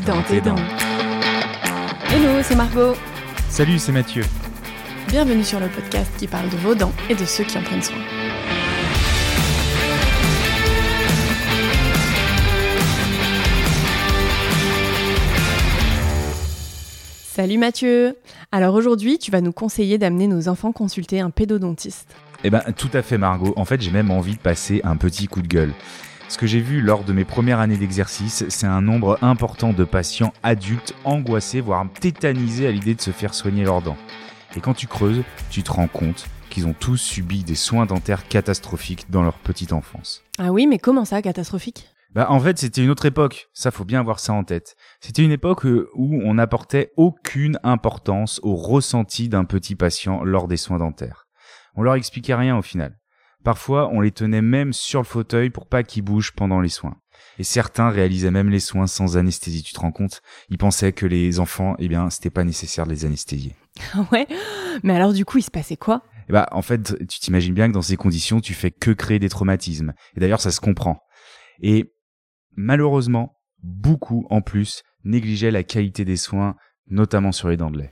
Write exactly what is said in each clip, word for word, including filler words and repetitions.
dans tes dents. Hello, c'est Margot. Salut, c'est Mathieu. Bienvenue sur le podcast qui parle de vos dents et de ceux qui en prennent soin. Salut Mathieu. Alors aujourd'hui, tu vas nous conseiller d'amener nos enfants consulter un pédodontiste. Eh ben, tout à fait Margot. En fait, j'ai même envie de passer un petit coup de gueule. Ce que j'ai vu lors de mes premières années d'exercice, c'est un nombre important de patients adultes angoissés, voire tétanisés à l'idée de se faire soigner leurs dents. Et quand tu creuses, tu te rends compte qu'ils ont tous subi des soins dentaires catastrophiques dans leur petite enfance. Ah oui, mais comment ça, catastrophique ? Bah, en fait, c'était une autre époque. Ça, faut bien avoir ça en tête. C'était une époque où on n'apportait aucune importance au ressenti d'un petit patient lors des soins dentaires. On leur expliquait rien au final. Parfois, on les tenait même sur le fauteuil pour pas qu'ils bougent pendant les soins. Et certains réalisaient même les soins sans anesthésie, tu te rends compte ? Ils pensaient que les enfants, eh bien, c'était pas nécessaire de les anesthésier. Ouais, mais alors du coup, il se passait quoi ? Eh bah, en fait, tu t'imagines bien que dans ces conditions, tu fais que créer des traumatismes. Et d'ailleurs, ça se comprend. Et malheureusement, beaucoup, en plus, négligeaient la qualité des soins, notamment sur les dents de lait.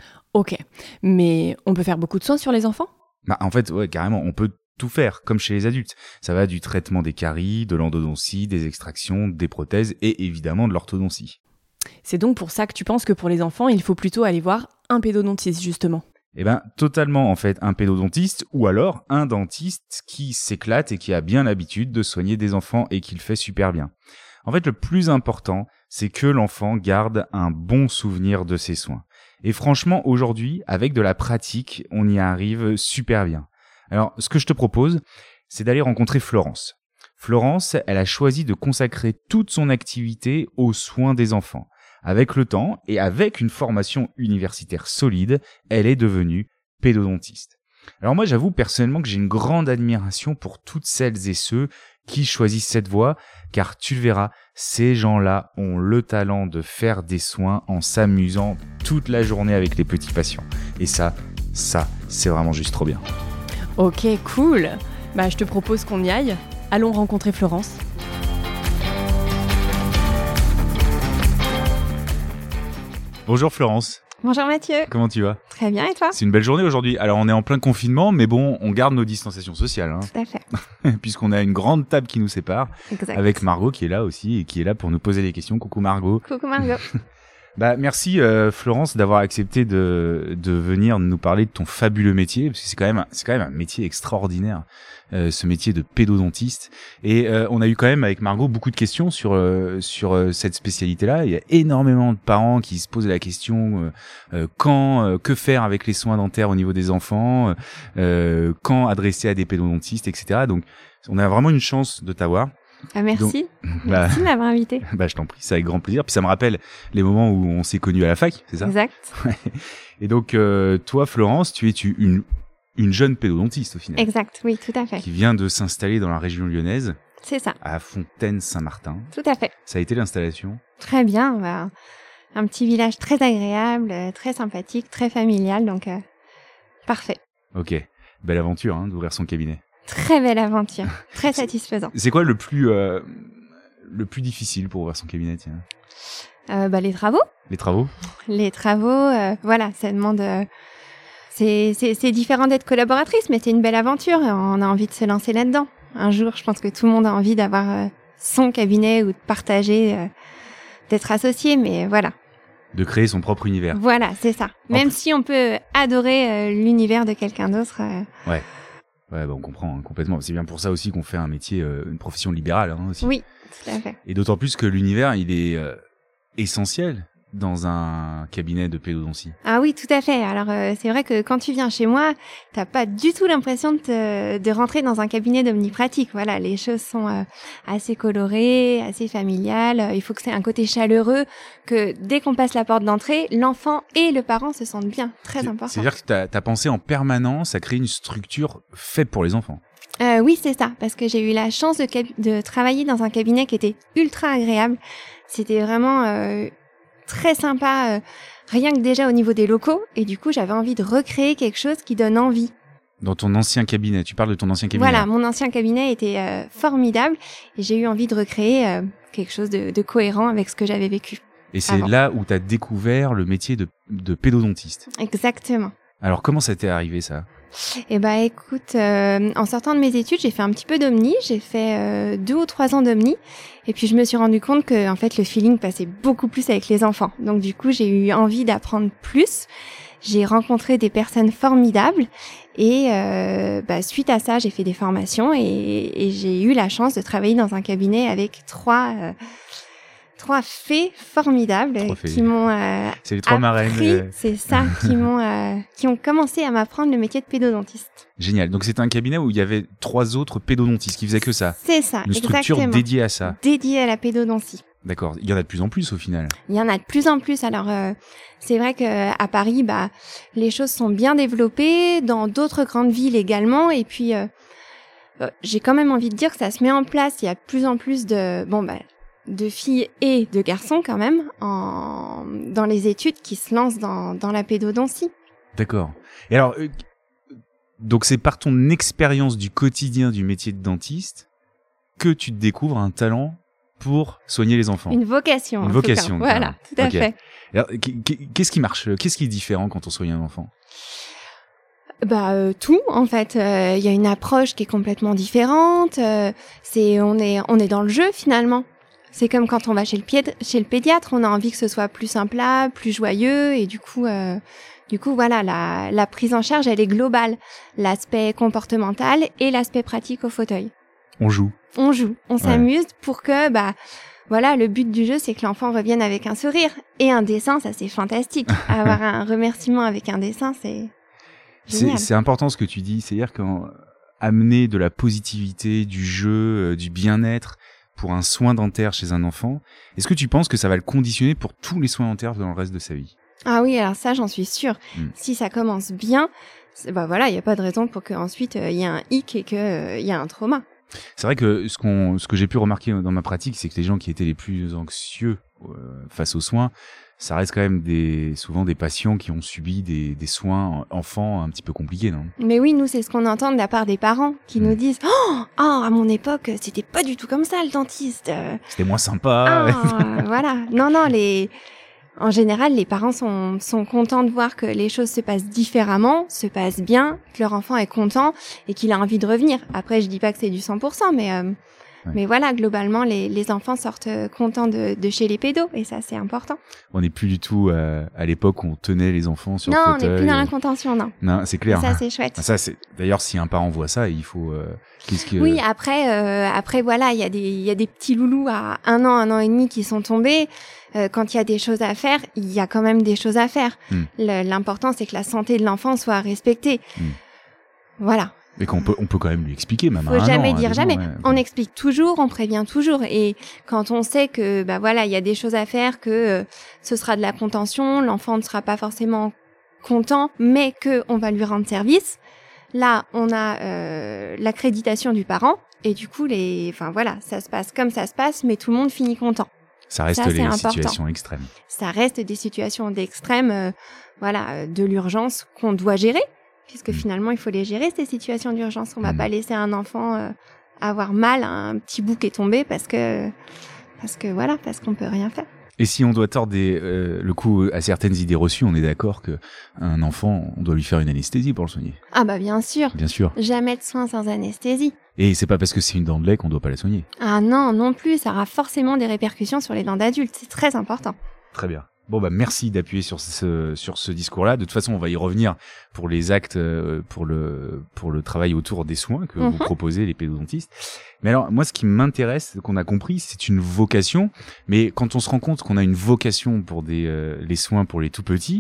Ok, mais on peut faire beaucoup de soins sur les enfants ? Bah, en fait, ouais, carrément, on peut tout faire, comme chez les adultes. Ça va du traitement des caries, de l'endodontie, des extractions, des prothèses et évidemment de l'orthodontie. C'est donc pour ça que tu penses que pour les enfants, il faut plutôt aller voir un pédodontiste, justement. Eh ben, totalement, en fait, un pédodontiste ou alors un dentiste qui s'éclate et qui a bien l'habitude de soigner des enfants et qui le fait super bien. En fait, le plus important, c'est que l'enfant garde un bon souvenir de ses soins. Et franchement, aujourd'hui, avec de la pratique, on y arrive super bien. Alors, ce que je te propose, c'est d'aller rencontrer Florence. Florence, elle a choisi de consacrer toute son activité aux soins des enfants. Avec le temps et avec une formation universitaire solide, elle est devenue pédodontiste. Alors moi, j'avoue personnellement que j'ai une grande admiration pour toutes celles et ceux qui choisissent cette voie, car tu le verras, ces gens-là ont le talent de faire des soins en s'amusant toute la journée avec les petits patients. Et ça, ça, c'est vraiment juste trop bien. Ok, cool. Bah, je te propose qu'on y aille. Allons rencontrer Florence. Bonjour Florence. Bonjour Mathieu. Comment tu vas ? Très bien, et toi ? C'est une belle journée aujourd'hui. Alors on est en plein confinement, mais bon, on garde nos distanciations sociales. Hein, Tout à fait. puisqu'on a une grande table qui nous sépare, Exact. avec Margot qui est là aussi et qui est là pour nous poser des questions. Coucou Margot. Coucou Margot. Bah merci euh, Florence d'avoir accepté de de venir nous parler de ton fabuleux métier, parce que c'est quand même c'est quand même un métier extraordinaire, euh, ce métier de pédodontiste. Et euh, on a eu quand même avec Margot beaucoup de questions sur euh, sur euh, cette spécialité-là. Il y a énormément de parents qui se posent la question euh, euh, quand euh, que faire avec les soins dentaires au niveau des enfants, euh, quand adresser à des pédodontistes, et cetera. Donc on a vraiment une chance de t'avoir. Ah, merci. Donc, merci bah, de m'avoir invité. Bah, je t'en prie, c'est avec grand plaisir. Puis ça me rappelle les moments où on s'est connus à la fac, c'est ça ? Exact. Et donc, euh, toi, Florence, tu es tu, une, une jeune pédodontiste au final. Exact, oui, tout à fait. Qui vient de s'installer dans la région lyonnaise. C'est ça. À Fontaine-Saint-Martin. Tout à fait. Ça a été l'installation ? Très bien. Bah, un petit village très agréable, très sympathique, très familial, donc euh, parfait. Ok. Belle aventure hein, d'ouvrir son cabinet. Très belle aventure, très satisfaisant. C'est quoi le plus euh, le plus difficile pour ouvrir son cabinet, tiens ? Euh, bah, les travaux. Les travaux ? Les travaux, euh, voilà, ça demande. Euh, c'est, c'est, c'est différent d'être collaboratrice, mais c'est une belle aventure. On a envie de se lancer là-dedans. Un jour, je pense que tout le monde a envie d'avoir euh, son cabinet ou de partager, euh, d'être associé, mais voilà. De créer son propre univers. Voilà, c'est ça. Même si on peut adorer euh, l'univers de quelqu'un d'autre. Euh... Ouais. Ouais, bah on comprend hein, complètement. C'est bien pour ça aussi qu'on fait un métier, euh, une profession libérale hein, aussi. Oui, tout à fait. Et d'autant plus que l'univers, il est euh, essentiel dans un cabinet de pédodontie. Ah oui, tout à fait. Alors euh, c'est vrai que quand tu viens chez moi, t'as pas du tout l'impression de, te, de rentrer dans un cabinet d'omnipratique. Voilà, les choses sont euh, assez colorées, assez familiales. Il faut que c'est un côté chaleureux, que dès qu'on passe la porte d'entrée, l'enfant et le parent se sentent bien. Très c'est, important. C'est-à-dire que t'as, t'as pensé en permanence à créer une structure faite pour les enfants. Euh, oui, c'est ça, parce que j'ai eu la chance de, cab- de travailler dans un cabinet qui était ultra agréable. C'était vraiment euh, très sympa, euh, rien que déjà au niveau des locaux. Et du coup, j'avais envie de recréer quelque chose qui donne envie. Dans ton ancien cabinet, tu parles de ton ancien cabinet. Voilà, mon ancien cabinet était euh, formidable et j'ai eu envie de recréer euh, quelque chose de, de cohérent avec ce que j'avais vécu. Et c'est avant. là où tu as découvert le métier de, de pédodontiste. Exactement. Alors, comment ça t'est arrivé, ça? Eh ben, écoute, euh, en sortant de mes études, j'ai fait un petit peu d'omni. J'ai fait euh, deux ou trois ans d'omni. Et puis, je me suis rendu compte que, en fait, le feeling passait beaucoup plus avec les enfants. Donc, du coup, j'ai eu envie d'apprendre plus. J'ai rencontré des personnes formidables. Et euh, bah, suite à ça, j'ai fait des formations et, et j'ai eu la chance de travailler dans un cabinet avec trois... Euh, Trois fées formidables Trois fées. qui m'ont euh, C'est les trois appris, marraines. euh, c'est ça, qui m'ont, euh, qui ont commencé à m'apprendre le métier de pédodontiste. Génial. Donc, c'était un cabinet où il y avait trois autres pédodontistes qui faisaient que ça. C'est ça, Une structure exactement. dédiée à ça. Dédiée à la pédodontie. D'accord. Il y en a de plus en plus, au final. Il y en a de plus en plus. Alors, euh, c'est vrai que à Paris, bah, les choses sont bien développées, dans d'autres grandes villes également. Et puis, euh, euh, j'ai quand même envie de dire que ça se met en place. Il y a de plus en plus de, bon, bah, de filles et de garçons quand même en, dans les études qui se lancent dans, dans la pédodontie. D'accord. Et alors, euh, donc c'est par ton expérience du quotidien du métier de dentiste que tu te découvres un talent pour soigner les enfants. Une vocation. Une en tout vocation, cas. Voilà, carrément. tout à Ok. fait. Alors, qu- qu- qu'est-ce qui marche? Qu'est-ce qui est différent quand on soigne un enfant? Bah euh, tout en fait, il euh, y a une approche qui est complètement différente. Euh, c'est on est on est dans le jeu finalement. C'est comme quand on va chez le pied, chez le pédiatre, on a envie que ce soit plus simple, plus joyeux et du coup euh, du coup voilà la la prise en charge elle est globale, l'aspect comportemental et l'aspect pratique au fauteuil. On joue. On joue, on s'amuse pour que bah voilà, le but du jeu c'est que l'enfant revienne avec un sourire et un dessin, ça c'est fantastique. Avoir un remerciement avec un dessin, c'est C'est, c'est important ce que tu dis, c'est-à-dire qu'amener de la positivité, du jeu, euh, du bien-être pour un soin dentaire chez un enfant, est-ce que tu penses que ça va le conditionner pour tous les soins dentaires dans le reste de sa vie? Ah oui, alors ça j'en suis sûre. Mm. Si ça commence bien, bah voilà, il y a pas de raison pour qu'ensuite il euh, y ait un hic et qu'il euh, y a un trauma. C'est vrai que ce, qu'on, ce que j'ai pu remarquer dans ma pratique, c'est que les gens qui étaient les plus anxieux euh, face aux soins, ça reste quand même des, souvent des patients qui ont subi des, des soins enfants un petit peu compliqués, non? Mais oui, nous, c'est ce qu'on entend de la part des parents qui mmh. nous disent oh, « Oh, à mon époque, c'était pas du tout comme ça, le dentiste. » C'était moins sympa. Ah, voilà. Non, non, les... En général, les parents sont, sont contents de voir que les choses se passent différemment, se passent bien, que leur enfant est content et qu'il a envie de revenir. Après, je dis pas que c'est du cent pour cent, mais... Euh, Ouais. Mais voilà, globalement, les, les enfants sortent contents de, de chez les pédos, et ça, c'est important. On n'est plus du tout euh, à l'époque où on tenait les enfants sur non, le fauteuil. Non, on n'est plus dans la contention, non. Non, c'est clair. Et ça, c'est chouette. Ça, c'est... D'ailleurs, si un parent voit ça, il faut... Euh... Qu'est-ce que... Oui, après, euh, après voilà, il y a des, il y a des petits loulous à un an, un an et demi qui sont tombés. Euh, quand il y a des choses à faire, il y a quand même des choses à faire. Mm. Le, l'important, c'est que la santé de l'enfant soit respectée. Mm. Voilà. Mais qu'on peut, on peut quand même lui expliquer, même. Faut à un jamais an, dire hein, jamais. ouais. On explique toujours, on prévient toujours. Et quand on sait que, bah voilà, il y a des choses à faire, que euh, ce sera de la contention, l'enfant ne sera pas forcément content, mais que on va lui rendre service. Là, on a euh, l'accréditation du parent, et du coup, les, enfin voilà, ça se passe comme ça se passe, mais tout le monde finit content. Ça reste ça, les important. situations extrêmes. Ça reste des situations d'extrême, euh, voilà, de l'urgence qu'on doit gérer. Puisque mmh. finalement, il faut les gérer, ces situations d'urgence. On ne va mmh. pas laisser un enfant euh, avoir mal à un petit bout qui est tombé parce que, parce que voilà, parce qu'on peut rien faire. Et si on doit tordre des, euh, le coup à certaines idées reçues, on est d'accord qu'un enfant, on doit lui faire une anesthésie pour le soigner? Ah bah bien sûr. Bien sûr. Jamais de soins sans anesthésie. Et c'est pas parce que c'est une dent de lait qu'on doit pas la soigner? Ah non, non plus. Ça aura forcément des répercussions sur les dents d'adultes. C'est très important. Très bien. Bon bah merci d'appuyer sur ce sur ce discours-là. De toute façon, on va y revenir pour les actes, euh, pour le pour le travail autour des soins que mm-hmm. vous proposez les pédodontistes. Mais alors moi, ce qui m'intéresse, qu'on a compris, c'est une vocation. Mais quand on se rend compte qu'on a une vocation pour des euh, les soins pour les tout petits,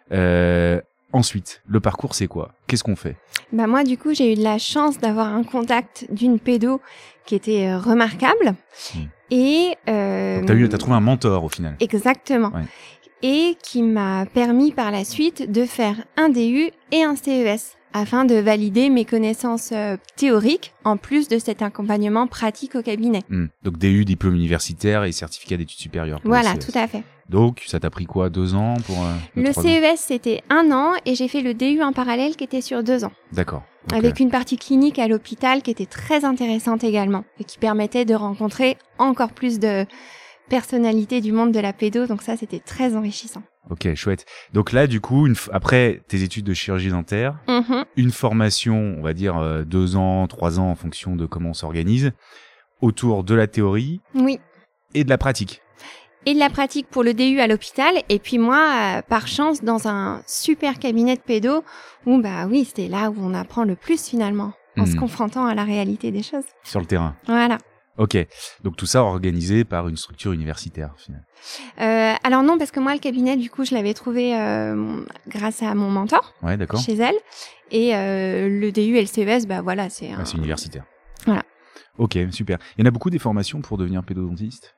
euh, ensuite le parcours c'est quoi? Qu'est-ce qu'on fait? Bah moi du coup j'ai eu de la chance d'avoir un contact d'une pédo qui était euh, remarquable. Mm. Et euh, donc t'as eu, t'as trouvé un mentor au final. Exactement. Ouais. Et qui m'a permis par la suite de faire un D U et un C E S afin de valider mes connaissances euh, théoriques en plus de cet accompagnement pratique au cabinet. Mmh. Donc D U, diplôme universitaire et certificat d'études supérieures. Voilà, tout à fait. Donc ça t'a pris quoi, deux ans pour euh, Le C E S c'était un an et j'ai fait le D U en parallèle qui était sur deux ans. D'accord. Okay. Avec une partie clinique à l'hôpital qui était très intéressante également et qui permettait de rencontrer encore plus de personnalité du monde de la pédo, donc ça, c'était très enrichissant. Ok, chouette. Donc là, du coup, une f- après tes études de chirurgie dentaire, Mm-hmm. une formation, on va dire euh, deux ans, trois ans en fonction de comment on s'organise, autour de la théorie Oui. et de la pratique. Et de la pratique pour le D U à l'hôpital, et puis moi, euh, par chance, dans un super cabinet de pédo, où bah oui, c'était là où on apprend le plus finalement, en Mhm. se confrontant à la réalité des choses. Sur le terrain. Voilà. Ok. Donc tout ça organisé par une structure universitaire, finalement. Euh, alors non, parce que moi, le cabinet, du coup, je l'avais trouvé euh, grâce à mon mentor, Ouais, d'accord. chez elle, et euh, le D U et le C E S, bah voilà, c'est un... Ouais, c'est universitaire. Voilà. Ok, super. Il y en a beaucoup des formations pour devenir pédodontiste?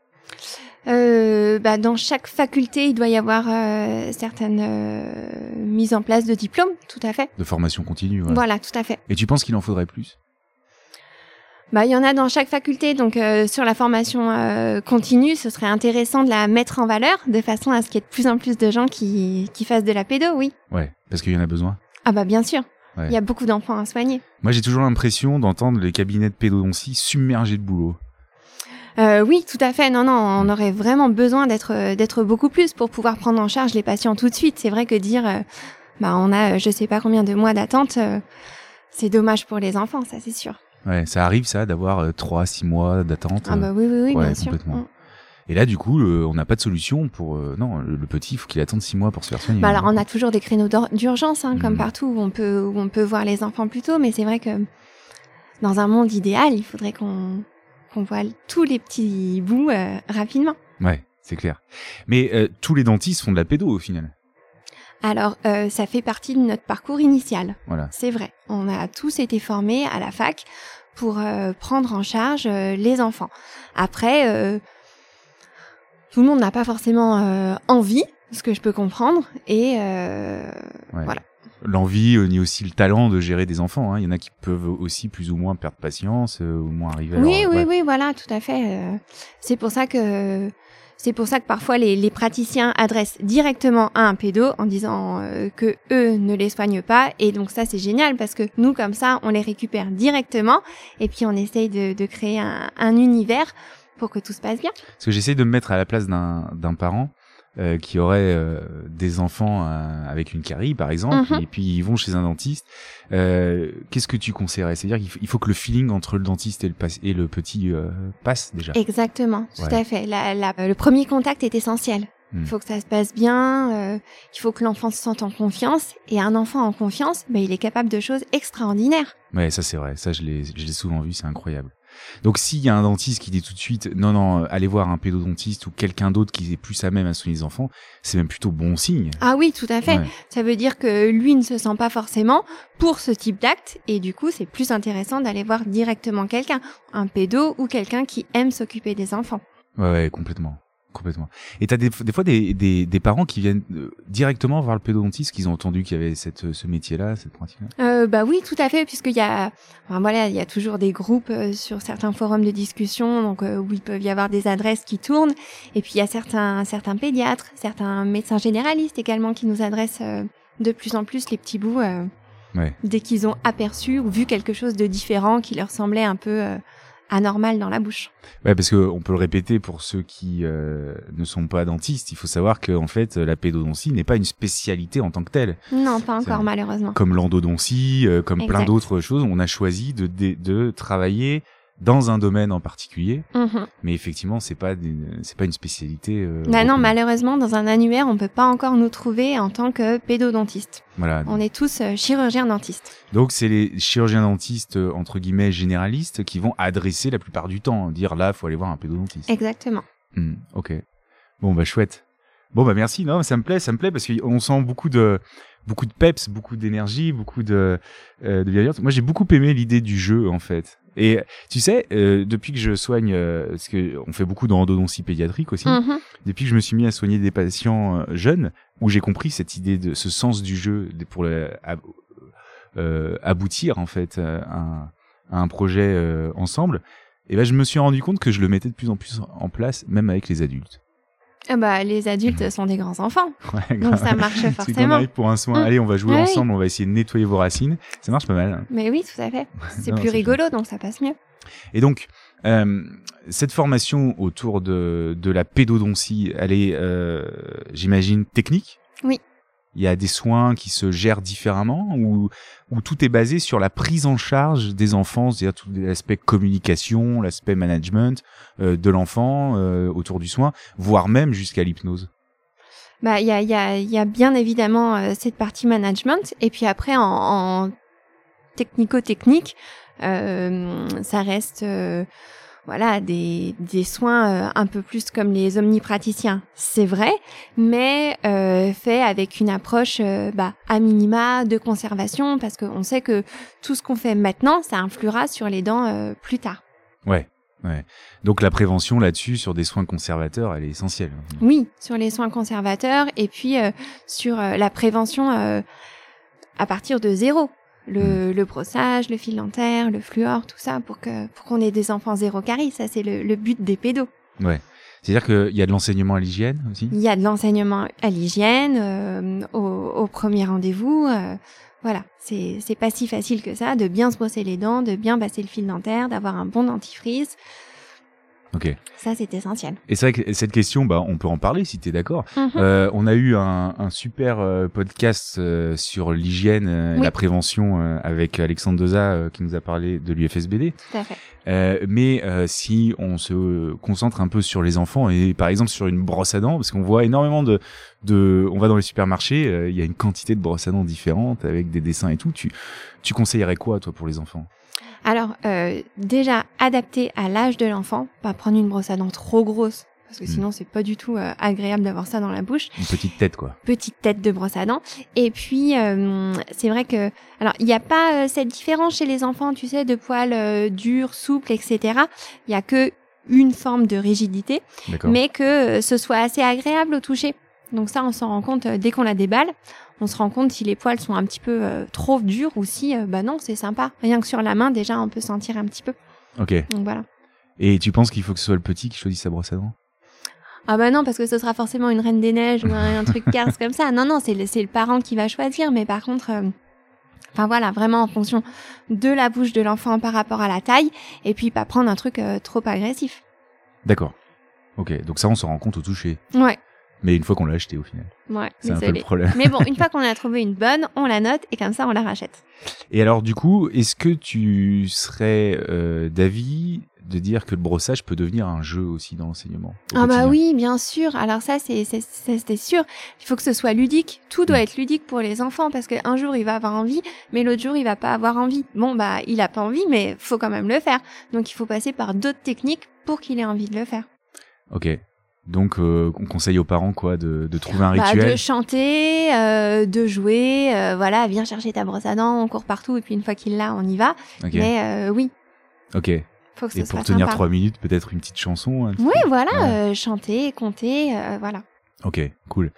Euh, bah, dans chaque faculté, il doit y avoir euh, certaines euh, mises en place de diplômes, tout à fait. De formation continue, ouais. Voilà, tout à fait. Et tu penses qu'il en faudrait plus? Bah, il y en a dans chaque faculté, donc euh, sur la formation euh, continue, ce serait intéressant de la mettre en valeur, de façon à ce qu'il y ait de plus en plus de gens qui, qui fassent de la pédo, oui. Ouais, parce qu'il y en a besoin. Ah bah bien sûr, Ouais. il y a beaucoup d'enfants à soigner. Moi, j'ai toujours l'impression d'entendre les cabinets de pédodontie submergés de boulot. Euh, oui, tout à fait. Non, non, on aurait vraiment besoin d'être euh, d'être beaucoup plus pour pouvoir prendre en charge les patients tout de suite. C'est vrai que dire, euh, bah on a, euh, je sais pas combien de mois d'attente, euh, c'est dommage pour les enfants, ça c'est sûr. Ouais, ça arrive ça d'avoir euh, trois, six mois d'attente. Ah bah oui, oui, oui, ouais, bien sûr. complètement. Mm. Et là, du coup, euh, on n'a pas de solution pour. Euh, non, le, le petit, il faut qu'il attende six mois pour se faire soigner. Bah alors on a toujours des créneaux d'ur- d'urgence, hein, comme Mhm. partout où on peut où on peut voir les enfants plus tôt, mais c'est vrai que dans un monde idéal, il faudrait qu'on qu'on voit tous les petits bouts euh, rapidement. Ouais, c'est clair. Mais euh, tous les dentistes font de la pédo au final. Alors euh, ça fait partie de notre parcours initial. Voilà. C'est vrai. On a tous été formés à la fac pour euh, prendre en charge euh, les enfants. Après, euh, tout le monde n'a pas forcément euh, envie, ce que je peux comprendre, et euh, Ouais. voilà. L'envie, euh, ni aussi le talent de gérer des enfants. Hein. Il y en a qui peuvent aussi plus ou moins perdre patience, euh, ou moins arriver à Oui, leur- oui, ouais. oui, voilà, tout à fait. euh, C'est pour ça que c'est pour ça que parfois les, les praticiens adressent directement à un pédo en disant euh, que eux ne les soignent pas, et donc ça c'est génial parce que nous comme ça on les récupère directement et puis on essaye de, de créer un, un univers pour que tout se passe bien. Parce que j'essaye de me mettre à la place d'un d'un parent euh, qui aurait euh, des enfants euh, avec une carie, par exemple, Mhm. et puis ils vont chez un dentiste. Euh, Qu'est-ce que tu conseillerais? C'est-à-dire qu'il faut, il faut que le feeling entre le dentiste et le, pas- et le petit euh, passe déjà. Exactement, tout Ouais. à fait. La, la- le premier contact est essentiel. Hmm. Il faut que ça se passe bien, euh, il faut que l'enfant se sente en confiance, et un enfant en confiance, ben, il est capable de choses extraordinaires. Ouais, ça c'est vrai. Ça, je l'ai je l'ai souvent vu, c'est incroyable. Donc s'il y a un dentiste qui dit tout de suite non non euh, allez voir un pédodontiste ou quelqu'un d'autre qui est plus à même à soigner les enfants, c'est même plutôt bon signe. Ah oui, tout à fait. Ouais. Ça veut dire que lui ne se sent pas forcément pour ce type d'acte, et du coup c'est plus intéressant d'aller voir directement quelqu'un, un pédo ou quelqu'un qui aime s'occuper des enfants. Ouais, ouais, complètement. Complètement. Et t'as des, des fois des, des, des parents qui viennent euh, directement voir le pédodontiste, qu'ils ont entendu qu'il y avait cette, ce métier-là, cette pratique-là. Euh, bah oui, tout à fait, puisqu'il y a, enfin, voilà, il y a toujours des groupes euh, sur certains forums de discussion, donc euh, où il peut y avoir des adresses qui tournent, et puis il y a certains certains pédiatres, certains médecins généralistes également qui nous adressent euh, de plus en plus les petits bouts euh, Ouais. dès qu'ils ont aperçu ou vu quelque chose de différent qui leur semblait un peu euh, anormal dans la bouche. Ouais, parce que on peut le répéter pour ceux qui euh, ne sont pas dentistes, il faut savoir que en fait la pédodontie n'est pas une spécialité en tant que telle. Non, pas C'est- encore malheureusement. Comme l'endodontie, euh, comme plein Exact. d'autres choses, on a choisi de, de, de travailler dans un domaine en particulier, Mhm. mais effectivement c'est pas des- c'est pas une spécialité. Euh, Bah non, reconnue. malheureusement, dans un annuaire, on peut pas encore nous trouver en tant que pédodontiste. Voilà. On est tous euh, chirurgiens dentistes. Donc c'est les chirurgiens dentistes euh, entre guillemets généralistes qui vont adresser la plupart du temps, dire là faut aller voir un pédodontiste. Exactement. Hmm, ok. Bon bah chouette. Bon bah merci. Non, ça me plaît, ça me plaît parce qu'on sent beaucoup de beaucoup de peps, beaucoup d'énergie, beaucoup de euh, de bienveillance. Moi j'ai beaucoup aimé l'idée du jeu en fait. Et tu sais, euh, depuis que je soigne, euh, parce que on fait beaucoup d'endodontie pédiatrique aussi, Mhm. depuis que je me suis mis à soigner des patients euh, jeunes, où j'ai compris cette idée de ce sens du jeu de- pour le, ab- euh, aboutir en fait euh, à un, à un projet euh, ensemble, et ben je me suis rendu compte que je le mettais de plus en plus en place, même avec les adultes. Ah bah, les adultes sont des grands enfants, Ouais, donc grave. ça marche C'est qu'on forcément. arrive pour un soin, Mm. allez on va jouer Ouais, ensemble, on va essayer de nettoyer vos racines, ça marche pas mal. Mais oui, tout à fait. C'est Non, plus c'est rigolo, donc ça passe mieux. Et donc, Euh, cette formation autour de, de la pédodontie, elle est, euh, j'imagine, technique ? Oui. Il y a des soins qui se gèrent différemment ou, ou tout est basé sur la prise en charge des enfants, c'est-à-dire tout l'aspect communication, l'aspect management euh, de l'enfant euh, autour du soin, voire même jusqu'à l'hypnose. Bah, il y a, il y a, il y a bien évidemment euh, cette partie management, et puis après en, en technico-technique, euh, ça reste euh, voilà des des soins euh, un peu plus comme les omnipraticiens, c'est vrai, mais euh, fait avec une approche euh, bah à minima de conservation, parce qu'on sait que tout ce qu'on fait maintenant, ça influera sur les dents euh, plus tard. Ouais. Ouais. Donc la prévention là-dessus, sur des soins conservateurs, elle est essentielle. Oui, sur les soins conservateurs, et puis euh, sur euh, la prévention euh, à partir de zéro. Le, mmh. le brossage, le fil dentaire, le fluor, tout ça, pour que pour qu'on ait des enfants zéro carie. Ça, c'est le, le but des pédos. Ouais. C'est-à-dire qu'il y a de l'enseignement à l'hygiène aussi ? Il y a de l'enseignement à l'hygiène, euh, au, au premier rendez-vous. Euh, voilà, c'est c'est pas si facile que ça, de bien se brosser les dents, de bien passer le fil dentaire, d'avoir un bon dentifrice. Ok. Ça, c'est essentiel. Et c'est vrai que cette question, bah, on peut en parler si tu es d'accord. Mm-hmm. Euh, on a eu un, un super euh, podcast euh, sur l'hygiène euh, et oui. la prévention euh, avec Alexandre Deza euh, qui nous a parlé de l'U F S B D. Tout à fait. Euh, mais euh, si on se concentre un peu sur les enfants et par exemple sur une brosse à dents, parce qu'on voit énormément de, de, on va dans les supermarchés, il euh, y a une quantité de brosses à dents différentes avec des dessins et tout. Tu, tu conseillerais quoi toi pour les enfants ? Alors, euh, déjà, adapté à l'âge de l'enfant, pas prendre une brosse à dents trop grosse, parce que mmh. sinon, c'est pas du tout euh, agréable d'avoir ça dans la bouche. Une petite tête, quoi. Petite tête de brosse à dents. Et puis, euh, c'est vrai que... Alors, il n'y a pas euh, cette différence chez les enfants, tu sais, de poils euh, durs, souples, et cetera. Il y a que une forme de rigidité, D'accord. mais que euh, ce soit assez agréable au toucher. Donc ça, on s'en rend compte euh, dès qu'on la déballe. On se rend compte si les poils sont un petit peu euh, trop durs ou si, euh, bah non, c'est sympa. Rien que sur la main, déjà, on peut sentir un petit peu. Ok. Donc voilà. Et tu penses qu'il faut que ce soit le petit qui choisisse sa brosse à dents ? Ah bah non, parce que ce sera forcément une Reine des Neiges ou un, un truc carse comme ça. Non, non, c'est le, c'est le parent qui va choisir. Mais par contre, euh, enfin voilà, vraiment en fonction de la bouche de l'enfant par rapport à la taille. Et puis pas prendre un truc euh, trop agressif. D'accord. Ok, donc ça, on s'en rend compte au toucher. Ouais. Mais une fois qu'on l'a acheté au final. Ouais, c'est désolé. un peu le problème. Mais bon, une fois qu'on a trouvé une bonne, on la note et comme ça on la rachète. Et alors du coup, est-ce que tu serais euh, d'avis de dire que le brossage peut devenir un jeu aussi dans l'enseignement ? Ah bah oui, bien sûr. Alors ça, c'est, c'est, c'est, c'est sûr. Il faut que ce soit ludique. Tout doit mmh. être ludique pour les enfants parce qu'un jour il va avoir envie, mais l'autre jour il va pas avoir envie. Bon bah, il a pas envie, mais faut quand même le faire. Donc il faut passer par d'autres techniques pour qu'il ait envie de le faire. Ok. Donc, euh, on conseille aux parents quoi, de, de trouver un bah, rituel. De chanter, euh, de jouer, euh, voilà, viens chercher ta brosse à dents, on court partout et puis une fois qu'il l'a, on y va. Okay. Mais euh, oui. Ok. Faut que ce et soit pour tenir sympa. trois minutes, peut-être une petite chanson. Oui, peu. voilà, ouais. euh, chanter, compter, euh, voilà. Ok, cool.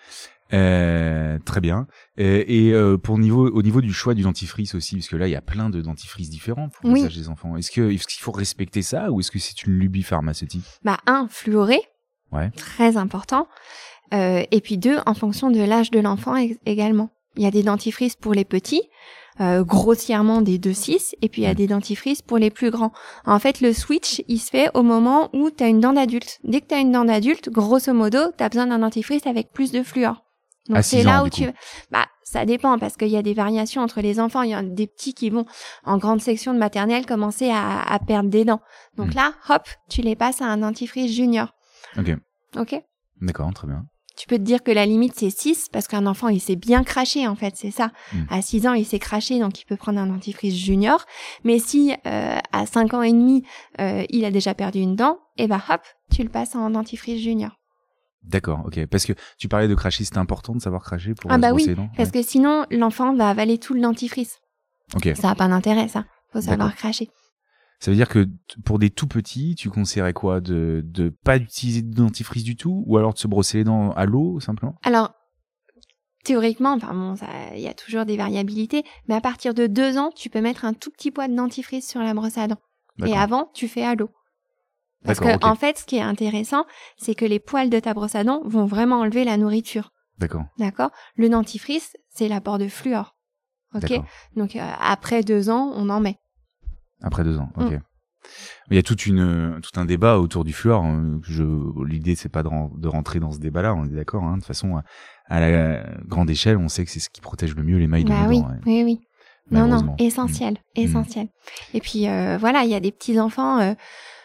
Euh, très bien. Et, et euh, pour niveau, au niveau du choix du dentifrice aussi, parce que là, il y a plein de dentifrices différents pour oui. l'usage des enfants. Est-ce que, est-ce qu'il faut respecter ça ou est-ce que c'est une lubie pharmaceutique ? Bah, un, fluoré. Ouais. Très important. Euh, et puis deux, en fonction de l'âge de l'enfant e- également. Il y a des dentifrices pour les petits, euh, grossièrement des deux six, et puis il y a des dentifrices pour les plus grands. En fait, le switch, il se fait au moment où tu as une dent d'adulte. Dès que tu as une dent d'adulte, grosso modo, tu as besoin d'un dentifrice avec plus de fluor. Donc à c'est six là ans, où tu... Bah, ça dépend, parce qu'il y a des variations entre les enfants. Il y a des petits qui vont, en grande section de maternelle, commencer à, à perdre des dents. Donc mmh. là, hop, tu les passes à un dentifrice junior. Ok. Ok. D'accord, très bien. Tu peux te dire que la limite, c'est six, parce qu'un enfant, il s'est bien craché, en fait, c'est ça. Mmh. À six ans, il s'est craché, donc il peut prendre un dentifrice junior. Mais si, euh, à cinq ans et demi, euh, il a déjà perdu une dent, et ben hop, tu le passes en dentifrice junior. D'accord, ok. Parce que tu parlais de cracher, c'est important de savoir cracher pour ah bah se brosser oui, les dents. Parce ouais. que sinon, l'enfant va avaler tout le dentifrice. Ok. Ça n'a pas d'intérêt, ça. Faut savoir D'accord. cracher. Ça veut dire que pour des tout petits, tu conseillerais quoi ? De de pas utiliser de dentifrice du tout, ou alors de se brosser les dents à l'eau simplement ? Alors théoriquement, enfin bon, ça, il y a toujours des variabilités, mais à partir de deux ans, tu peux mettre un tout petit poids de dentifrice sur la brosse à dents. D'accord. Et avant, tu fais à l'eau. Parce D'accord, que okay. en fait, ce qui est intéressant, c'est que les poils de ta brosse à dents vont vraiment enlever la nourriture. D'accord. D'accord. Le dentifrice, c'est l'apport de fluor. Ok. D'accord. Donc euh, après deux ans, on en met. Après deux ans, ok. Mmh. Il y a toute une, tout un débat autour du fluor. Je, l'idée, c'est pas de, ren- de rentrer dans ce débat-là, on est d'accord. Hein. De toute façon, à la grande échelle, on sait que c'est ce qui protège le mieux les mailles bah de oui, nos dents. Ouais. oui, oui. Non, non, Malheureusement. essentiel, Mmh. essentiel. Et puis, euh, voilà, il y a des petits-enfants euh,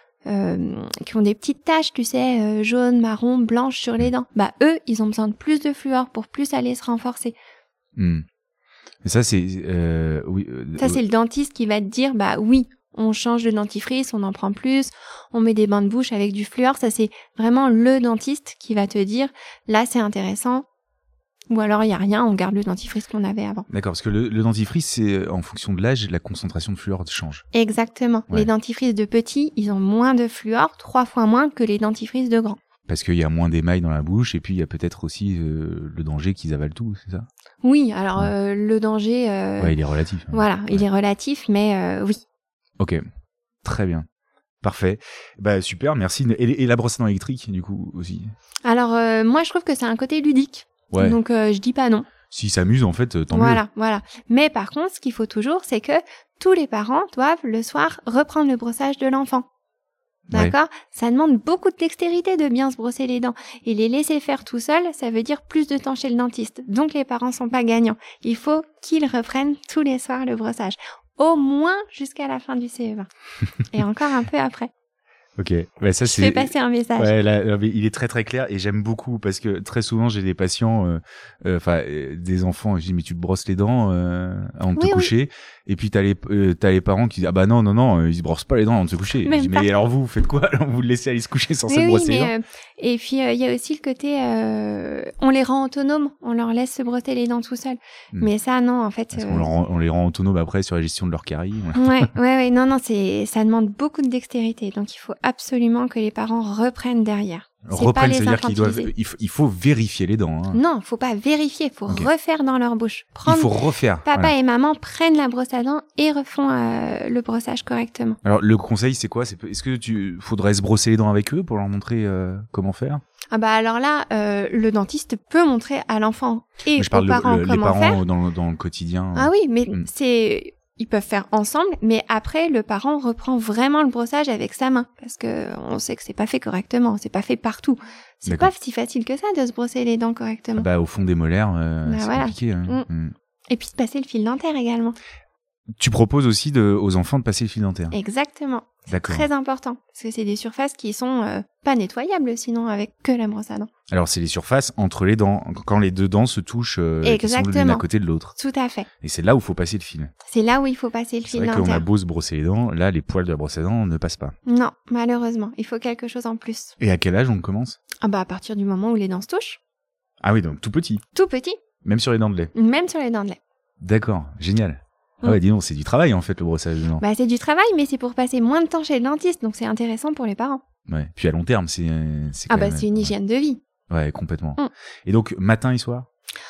euh, qui ont des petites taches, tu sais, euh, jaunes, marron, blanches sur les dents. Bah, eux, ils ont besoin de plus de fluor pour plus aller se renforcer. Mmh. Et ça, c'est... Euh, oui, euh, Ça, c'est le dentiste qui va te dire, bah oui, on change de dentifrice, on en prend plus, on met des bains de bouche avec du fluor. Ça, c'est vraiment le dentiste qui va te dire, là, c'est intéressant. Ou alors, il n'y a rien, on garde le dentifrice qu'on avait avant. D'accord, parce que le, le dentifrice, c'est en fonction de l'âge, la concentration de fluor change. Exactement. Ouais. Les dentifrices de petits, ils ont moins de fluor, trois fois moins que les dentifrices de grands. Parce qu'il y a moins d'émail dans la bouche, et puis il y a peut-être aussi euh, le danger qu'ils avalent tout, c'est ça? Oui, alors Ouais. euh, le danger, euh, Ouais, il est relatif. hein. voilà, Ouais. il est relatif, mais euh, oui. Ok, très bien. Parfait. Bah super, merci. Et, et la brosse à dents électrique, du coup, aussi. Alors euh, moi, je trouve que c'est un côté ludique. Ouais. Donc euh, je dis pas non. S'ils s'amusent, en fait, tant Voilà, voilà. Mais par contre, ce qu'il faut toujours, c'est que tous les parents doivent le soir reprendre le brossage de l'enfant. mieux. Ouais. D'accord? Ça demande beaucoup de dextérité de bien se brosser les dents. Et les laisser faire tout seul, ça veut dire plus de temps chez le dentiste. Donc les parents sont pas gagnants. Il faut qu'ils reprennent tous les soirs le brossage. Au moins jusqu'à la fin du C E vingt. Et encore un peu après. Ok. Bah, ça, Je c'est... fais passer un message. Ouais, là, là, mais il est très très clair et j'aime beaucoup parce que très souvent j'ai des patients, euh, euh, enfin euh, des enfants, je dis mais tu te brosses les dents euh, avant de Oui, te oui. coucher et puis t'as les euh, t'as les parents qui disent ah bah non non non euh, ils se brossent pas les dents avant de se coucher. Même Je dis, pas. mais alors vous, vous faites quoi? Alors vous le laissez aller se coucher sans Oui, se oui, brosser les mais, dents? euh, et puis il y a aussi le côté, euh, on les rend autonomes, on leur laisse se brosser les dents tout seuls. Hmm. Mais ça, non, en fait. Parce euh, qu'on leur rend- on les rend autonomes après sur la gestion de leur carie. Ouais. Ouais, ouais, ouais, non, non, c'est, ça demande beaucoup de dextérité, donc il faut absolument que les parents reprennent derrière. C'est pas Reprennent, les ça veut dire qu'ils doivent, infantiliser. il faut, il faut vérifier les dents. Hein. Non, faut pas vérifier, faut Ok. refaire dans leur bouche. Il Prendre, faut refaire. papa voilà. et maman prennent la brosse à dents et refont euh, le brossage correctement. Alors le conseil c'est quoi? C'est est-ce que tu faudrait se brosser les dents avec eux pour leur montrer euh, comment faire? Ah bah alors là, euh, le dentiste peut montrer à l'enfant et Moi, je parle aux de- parents le- les comment parents faire. dans, le- dans le quotidien. Ah oui, mais Mm. c'est, ils peuvent faire ensemble, mais après le parent reprend vraiment le brossage avec sa main parce que on sait que c'est pas fait correctement, c'est pas fait partout. C'est D'accord. pas si facile que ça de se brosser les dents correctement. Bah au fond des molaires, euh, Bah, c'est voilà. compliqué. hein. Mm. Mm. Et puis de passer le fil dentaire également. Tu proposes aussi de, aux enfants de passer le fil dentaire. Exactement. D'accord. Très important parce que c'est des surfaces qui sont euh, pas nettoyables sinon avec que la brosse à dents. Alors c'est les surfaces entre les dents, quand les deux dents se touchent, euh, qui sont l'une Exactement. à côté de l'autre. Tout à fait. Et c'est là où il faut passer le fil. C'est là où il faut passer le C'est fil vrai qu'on a dentaire. beau se brosser les dents, là les poils de la brosse à dents ne passent pas. Non, malheureusement, il faut quelque chose en plus. Et à quel âge on commence? Ah bah à partir du moment où les dents se touchent, Ah oui, donc tout petit, tout petit, même sur les dents de lait. même sur les dents de lait. D'accord, génial. Ah Mm. ouais, dis donc, c'est du travail en fait le brossage de dents. Bah c'est du travail, mais c'est pour passer moins de temps chez le dentiste, donc c'est intéressant pour les parents. Ouais. Puis à long terme, c'est c'est Ah quand bah même- c'est une hygiène de vie. Ouais, complètement. Mm. Et donc matin et soir?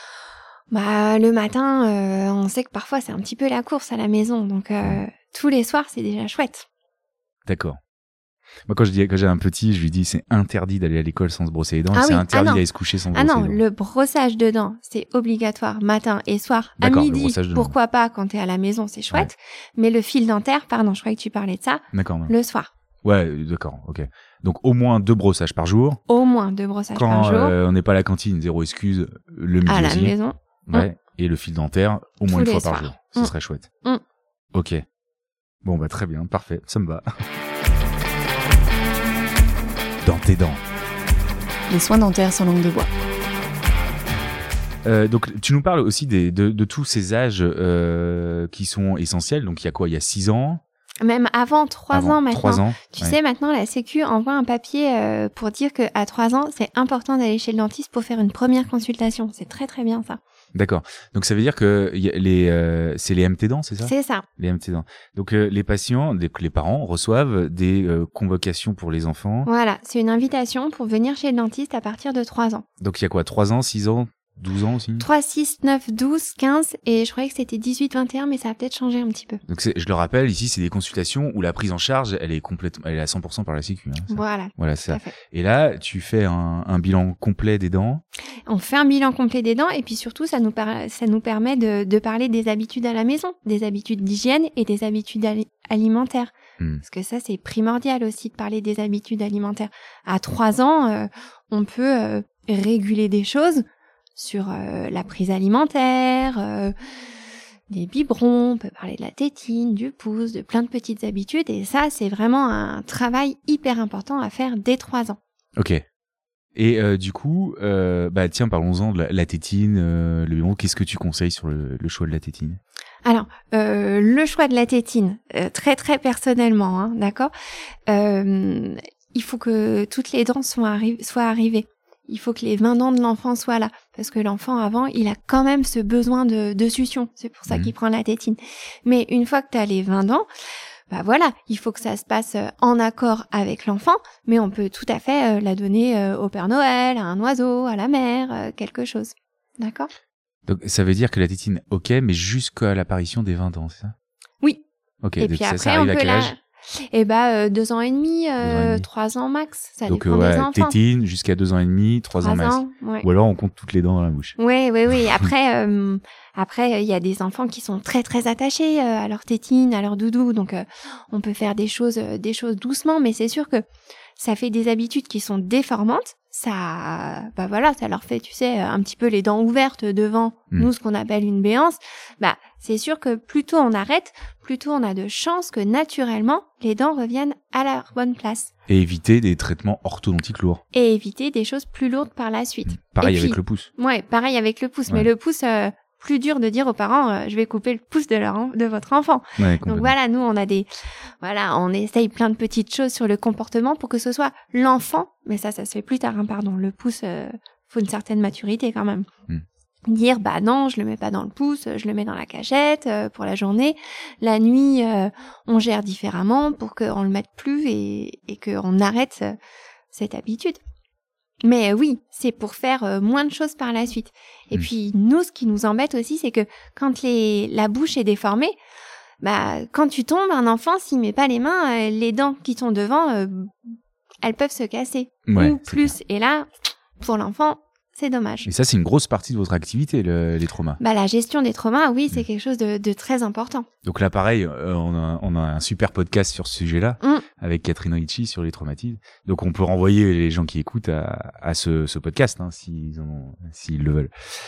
Bah le matin, euh, on sait que parfois c'est un petit peu la course à la maison, donc euh, tous les soirs c'est déjà chouette. D'accord. Moi, quand je dis quand j'ai un petit, je lui dis c'est interdit d'aller à l'école sans se brosser les dents. Ah c'est oui, interdit ah non. d'aller se coucher sans se Ah brosser non, les dents. le brossage de dents, c'est obligatoire matin et soir. À D'accord, le midi, brossage de dents. pourquoi pas quand t'es à la maison, c'est chouette. Mais le fil dentaire, pardon, je croyais que tu parlais de ça, D'accord. non. le soir. Ouais, euh, d'accord, ok. Donc au moins deux brossages par jour. Au moins deux brossages par Quand jour. euh, on n'est pas à la cantine, zéro excuse, le midi à la aussi. maison. Ouais. Et le fil dentaire, au moins Tous une les fois par soirs. jour. Ce Mm. serait chouette. Mm. Ok. Bon, bah très bien, parfait, ça me va. Dans tes dents. Les soins dentaires sans langue de bois. Euh, donc tu nous parles aussi des, de, de tous ces âges euh, qui sont essentiels. Donc il y a quoi? Il y a six ans? Même avant trois Avant, ans maintenant. trois ans. Tu ouais. sais, maintenant, la Sécu envoie un papier euh, pour dire qu'à trois ans, c'est important d'aller chez le dentiste pour faire une première consultation. C'est très très bien ça. D'accord. Donc ça veut dire que y a les, euh, c'est les M T dents, c'est ça? C'est ça. Les M T dents. Donc euh, les patients, les, les parents reçoivent des euh, convocations pour les enfants. Voilà, c'est une invitation pour venir chez le dentiste à partir de trois ans. Donc il y a quoi? trois ans, six ans, douze ans aussi? trois, six, neuf, douze, quinze et je croyais que c'était dix-huit, vingt et un, mais ça a peut-être changé un petit peu. Donc c'est, je le rappelle, ici c'est des consultations où la prise en charge, elle est complètement, elle est à cent pour cent par la Sécu. Hein, ça. Voilà. Voilà, c'est Tout à ça. fait. Et là, tu fais un, un bilan complet des dents. On fait un bilan complet des dents et puis surtout, ça nous, par- ça nous permet de, de parler des habitudes à la maison, des habitudes d'hygiène et des habitudes ali- alimentaires. Mmh. Parce que ça, c'est primordial aussi de parler des habitudes alimentaires. À trois ans, euh, on peut euh, réguler des choses sur euh, la prise alimentaire, euh, des biberons, on peut parler de la tétine, du pouce, de plein de petites habitudes. Et ça, c'est vraiment un travail hyper important à faire dès trois ans. Ok. Et euh, du coup, euh, bah tiens, parlons-en de la, la tétine, euh, le biberon. Qu'est-ce que tu conseilles sur le, le choix de la tétine? Alors, euh, le choix de la tétine, euh, très très personnellement, hein, d'accord. Euh, il faut que toutes les dents soient, arri- soient arrivées. Il faut que les vingt dents de l'enfant soient là, parce que l'enfant avant, il a quand même ce besoin de, de succion. C'est pour ça Mmh. qu'il prend la tétine. Mais une fois que tu as les vingt dents, bah voilà, il faut que ça se passe euh, en accord avec l'enfant, mais on peut tout à fait euh, la donner euh, au Père Noël, à un oiseau, à la mère, euh, quelque chose. D'accord ? Donc ça veut dire que la tétine, ok, mais jusqu'à l'apparition des vingt dents, c'est ça? Oui. Ok. Et donc puis ça, après, ça arrive on à peut quel la... âge? Eh bah, euh, deux ans et demi, Deux ans et euh, demi. trois ans max, ça Donc dépend euh, des ouais, enfants. tétine jusqu'à deux ans et demi, trois ans Trois max. ans, ouais. Ou alors on compte toutes les dents dans la bouche. Oui, oui, oui. Après, euh, après, il y a des enfants qui sont très, très attachés euh, à leur tétine, à leur doudou. Donc, euh, on peut faire des choses, euh, des choses doucement, mais c'est sûr que ça fait des habitudes qui sont déformantes. Ça, bah voilà, ça leur fait, tu sais, un petit peu les dents ouvertes devant Mm. nous, ce qu'on appelle une béance. Bah, c'est sûr que plus tôt on arrête, plus tôt on a de chances que naturellement les dents reviennent à leur bonne place. Et éviter des traitements orthodontiques lourds. Et éviter des choses plus lourdes par la suite. Pareil Et avec puis- le pouce. Ouais, pareil avec le pouce. Ouais. Mais le pouce, euh, plus dur de dire aux parents, euh, je vais couper le pouce de leur, en- de votre enfant. Ouais, Donc complètement. voilà, nous on a des, voilà, on essaye plein de petites choses sur le comportement pour que ce soit l'enfant. Mais ça, ça se fait plus tard, hein, pardon. Le pouce, euh, faut une certaine maturité quand même. Hmm. Dire, bah non, je le mets pas dans le pouce, je le mets dans la cachette euh, pour la journée. La nuit, euh, on gère différemment pour qu'on le mette plus et, et qu'on arrête euh, cette habitude. Mais euh, oui, c'est pour faire euh, moins de choses par la suite. Et Mm. puis nous, ce qui nous embête aussi, c'est que quand les, la bouche est déformée, bah quand tu tombes, un enfant s'il met pas les mains, euh, les dents qui sont devant, euh, elles peuvent se casser Ouais, ou c'est plus. Et là, pour l'enfant, c'est dommage. Et ça, c'est une grosse partie de votre activité, le- les traumas. Bah la gestion des traumas, oui, c'est Mm. quelque chose de, de très important. Donc là, pareil, euh, on, a, on a un super podcast sur ce sujet-là, Mm. avec Catherine Ricci sur les traumatismes. Donc on peut renvoyer les gens qui écoutent à, à ce, ce podcast, hein, s'ils, en ont, s'ils le veulent.